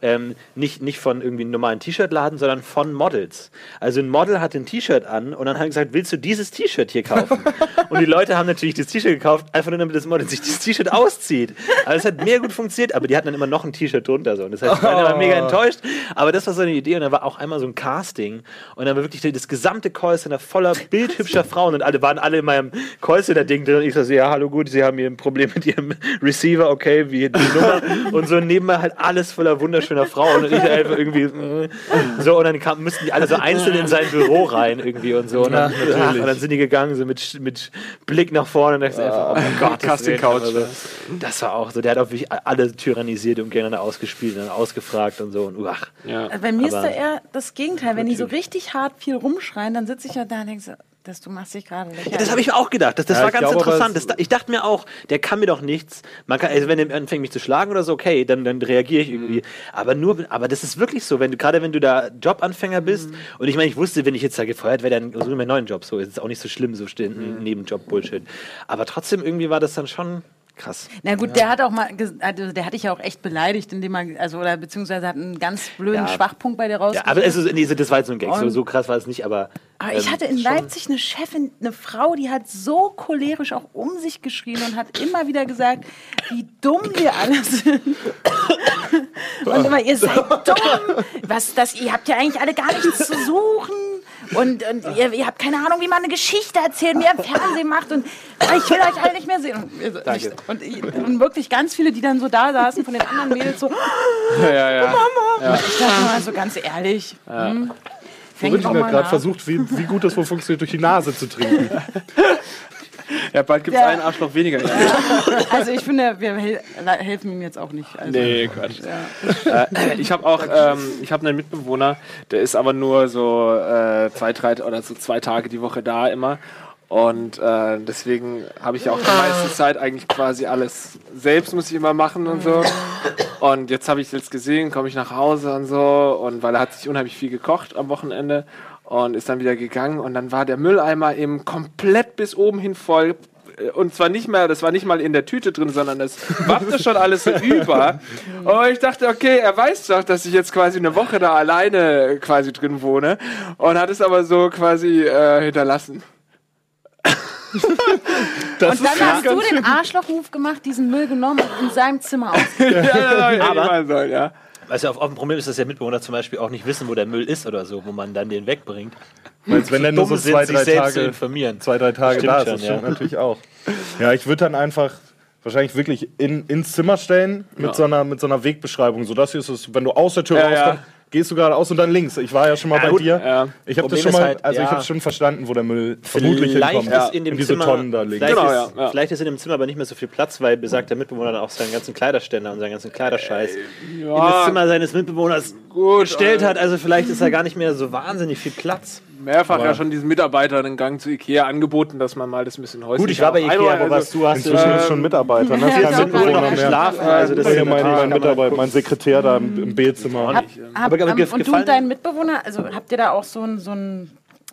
nicht von irgendwie einem normalen T-Shirt-Laden, sondern von Models. Also ein Model hatte ein T-Shirt an und dann hat er gesagt, willst du dieses T-Shirt hier kaufen? Und die Leute haben natürlich das T-Shirt gekauft, einfach nur damit das Model sich das T-Shirt auszieht. Also es hat mehr gut funktioniert, aber die hatten dann immer noch ein T-Shirt drunter. So. Und das heißt, ich war mega enttäuscht, aber das war so eine Idee und dann war auch einmal so ein Casting und dann war wirklich das gesamte Callcenter voller bildhübscher Frauen und waren alle in meinem Callcenter-Ding drin und ich so, ja, hallo, gut, Sie haben hier ein Problem mit Ihrem Receiver, okay, wie die Nummer und so nebenbei halt alles voller wunderschöner Frauen und ich einfach irgendwie so und dann müssten die alle so einzeln in sein Büro rein irgendwie und so und dann sind die gegangen so mit Blick nach vorne und dachte einfach, oh mein Gott, Casting Couch. Also, das war auch so, der hat auch wirklich alle tyrannisiert und gegeneinander ausgespielt und dann ausgefragt und so und Bei mir ist da eher das Gegenteil, wenn die so richtig hart viel rumschreien, dann sitze ich ja da und denke so, Du machst dich gerade lächerlich. Ja, das habe ich mir auch gedacht. Das war ganz interessant. Ich dachte mir auch, der kann mir doch nichts. Also wenn er anfängt, mich zu schlagen oder so, okay, dann reagiere ich irgendwie. Aber das ist wirklich so, wenn du da Jobanfänger bist. Und ich meine, ich wusste, wenn ich jetzt da gefeuert werde, dann suche ich mir einen neuen Job. So ist es auch nicht so schlimm, so Nebenjob-Bullshit. Aber trotzdem irgendwie war das dann schon krass. Na gut, der hat auch mal, der hat dich ja auch echt beleidigt, indem er, oder beziehungsweise hat einen ganz blöden Schwachpunkt bei dir rausgesucht. Ja, aber das war jetzt so ein Gag, so krass war es nicht, aber ich hatte in Leipzig eine Chefin, eine Frau, die hat so cholerisch auch um sich geschrien und hat immer wieder gesagt, wie dumm wir alle sind. Und immer, ihr seid dumm, ihr habt ja eigentlich alle gar nichts zu suchen. Und ihr habt keine Ahnung, wie man eine Geschichte erzählt, wie ihr im Fernsehen macht. Und ich will euch alle nicht mehr sehen. Und wirklich ganz viele, die dann so da saßen von den anderen Mädels so, Mama. Ja. Ich dachte mal so ganz ehrlich. Ich habe gerade versucht, wie gut das wohl funktioniert, durch die Nase zu trinken. Ja, bald gibt es einen Arschloch weniger. Ja. Also ich finde, wir helfen ihm jetzt auch nicht. Also, nee, Quatsch. Ja. Ich habe auch einen Mitbewohner, der ist aber nur so 2 Tage die Woche da immer. Und deswegen habe ich ja auch die meiste Zeit eigentlich quasi alles selbst muss ich immer machen und so. Und jetzt habe ich es gesehen, komme ich nach Hause und so. Und weil er hat sich unheimlich viel gekocht am Wochenende und ist dann wieder gegangen. Und dann war der Mülleimer eben komplett bis oben hin voll. Und zwar das war nicht mal in der Tüte drin, sondern das wappte schon alles so über. Und ich dachte, okay, er weiß doch, dass ich jetzt quasi eine Woche da alleine quasi drin wohne. Und hat es aber so quasi hinterlassen. Und dann hast du den Arschloch-Move gemacht, diesen Müll genommen und in seinem Zimmer ausgegeben. Aber weißt du, auf dem Problem ist, dass der Mitbewohner zum Beispiel auch nicht wissen, wo der Müll ist oder so, wo man dann den wegbringt. Meinst, wenn der nur so 2-3 Tage, stimmt da ist, das stimmt natürlich auch. Ja, ich würde dann einfach wahrscheinlich wirklich ins Zimmer stellen mit so einer Wegbeschreibung. So, das hier ist es, wenn du aus der Tür rauskommst, gehst du geradeaus und dann links. Ich war ja schon mal bei dir. Ja. Ich habe das schon mal, ich habe schon verstanden, wo der Müll vermutlich hinkommt. In dem diese Zimmer, Tonnen da liegen. Vielleicht ist in dem Zimmer aber nicht mehr so viel Platz, weil besagter Mitbewohner dann auch seinen ganzen Kleiderständer und seinen ganzen Kleiderscheiß in das Zimmer seines Mitbewohners gestellt hat. Also vielleicht ist da gar nicht mehr so wahnsinnig viel Platz. Mehrfach schon diesen Mitarbeitern den Gang zu Ikea angeboten, dass man mal das ein bisschen häuslich. Gut, ich war bei Ikea, aber was du hast. Inzwischen ist schon Mitarbeiter. Ne? Ja, sind wohl noch geschlafen. Also das ist mein Mitarbeiter, mein Sekretär da im B-Zimmer. Und du und dein Mitbewohner, also habt ihr da auch so ein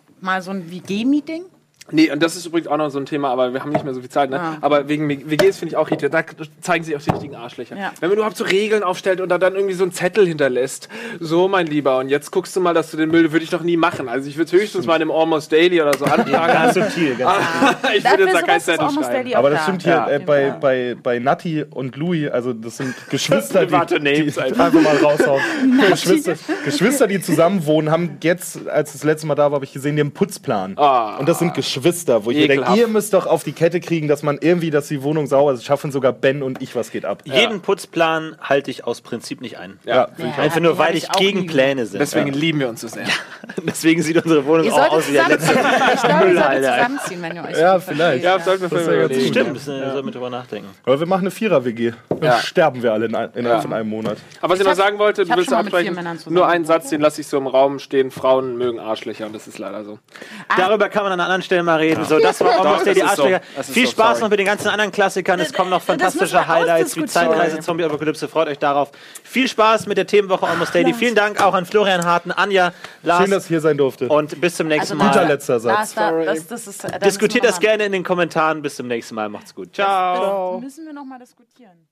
WG-Meeting? Nee, und das ist übrigens auch noch so ein Thema, aber wir haben nicht mehr so viel Zeit, ne? Ah. Aber wegen WGs finde ich auch richtig, da zeigen sich auch die richtigen Arschlöcher. Ja. Wenn man überhaupt so Regeln aufstellt und da dann irgendwie so einen Zettel hinterlässt, so mein Lieber, und jetzt guckst du mal, dass du den Müll, würde ich doch nie machen. Also ich würde höchstens mal in einem Almost Daily oder so anfragen. Ganz subtil, ganz subtil. Ich würde jetzt da kein Zettel schreiben. Aber das stimmt hier bei Natti und Louis, also das sind Geschwister, die einfach mal raushauen. Geschwister, die zusammen wohnen, haben jetzt, als das letzte Mal da war, habe ich gesehen, den Putzplan. Und das sind Geschwister, wo ich mir denke, ihr müsst doch auf die Kette kriegen, dass man irgendwie, dass die Wohnung sauber ist. Schaffen sogar Ben und ich, was geht ab. Jeden Putzplan halte ich aus Prinzip nicht ein. Einfach nur, weil ich gegen Pläne bin. Deswegen lieben wir uns so sehr. Deswegen sieht unsere Wohnung auch aus wie der letzte Müll. Ich glaube, ihr solltet zusammenziehen, wenn ihr euch vielleicht. Ja, sollten wir vielleicht stimmt, sollten wir drüber nachdenken. Aber wir machen eine 4er-WG. Dann sterben wir alle innerhalb von einem Monat. Aber was ich noch sagen wollte, du willst absprechen, nur einen Satz, den lasse ich so im Raum stehen, Frauen mögen Arschlöcher, und das ist leider so. Darüber kann man an einer anderen Stelle mal reden. So, das war Almost Daily Arschlöcher. Viel Spaß noch mit den ganzen anderen Klassikern. Es kommen noch fantastische Highlights wie Zeitreise, Zombie-Apokalypse. Freut euch darauf. Viel Spaß mit der Themenwoche Almost Daily. Vielen Dank auch an Florian Harten, Anja, Lars. Schön, dass ich hier sein durfte. Und bis zum nächsten Mal. Guter letzter Satz. Diskutiert das gerne in den Kommentaren. Bis zum nächsten Mal. Macht's gut. Ciao. Müssen wir noch mal diskutieren.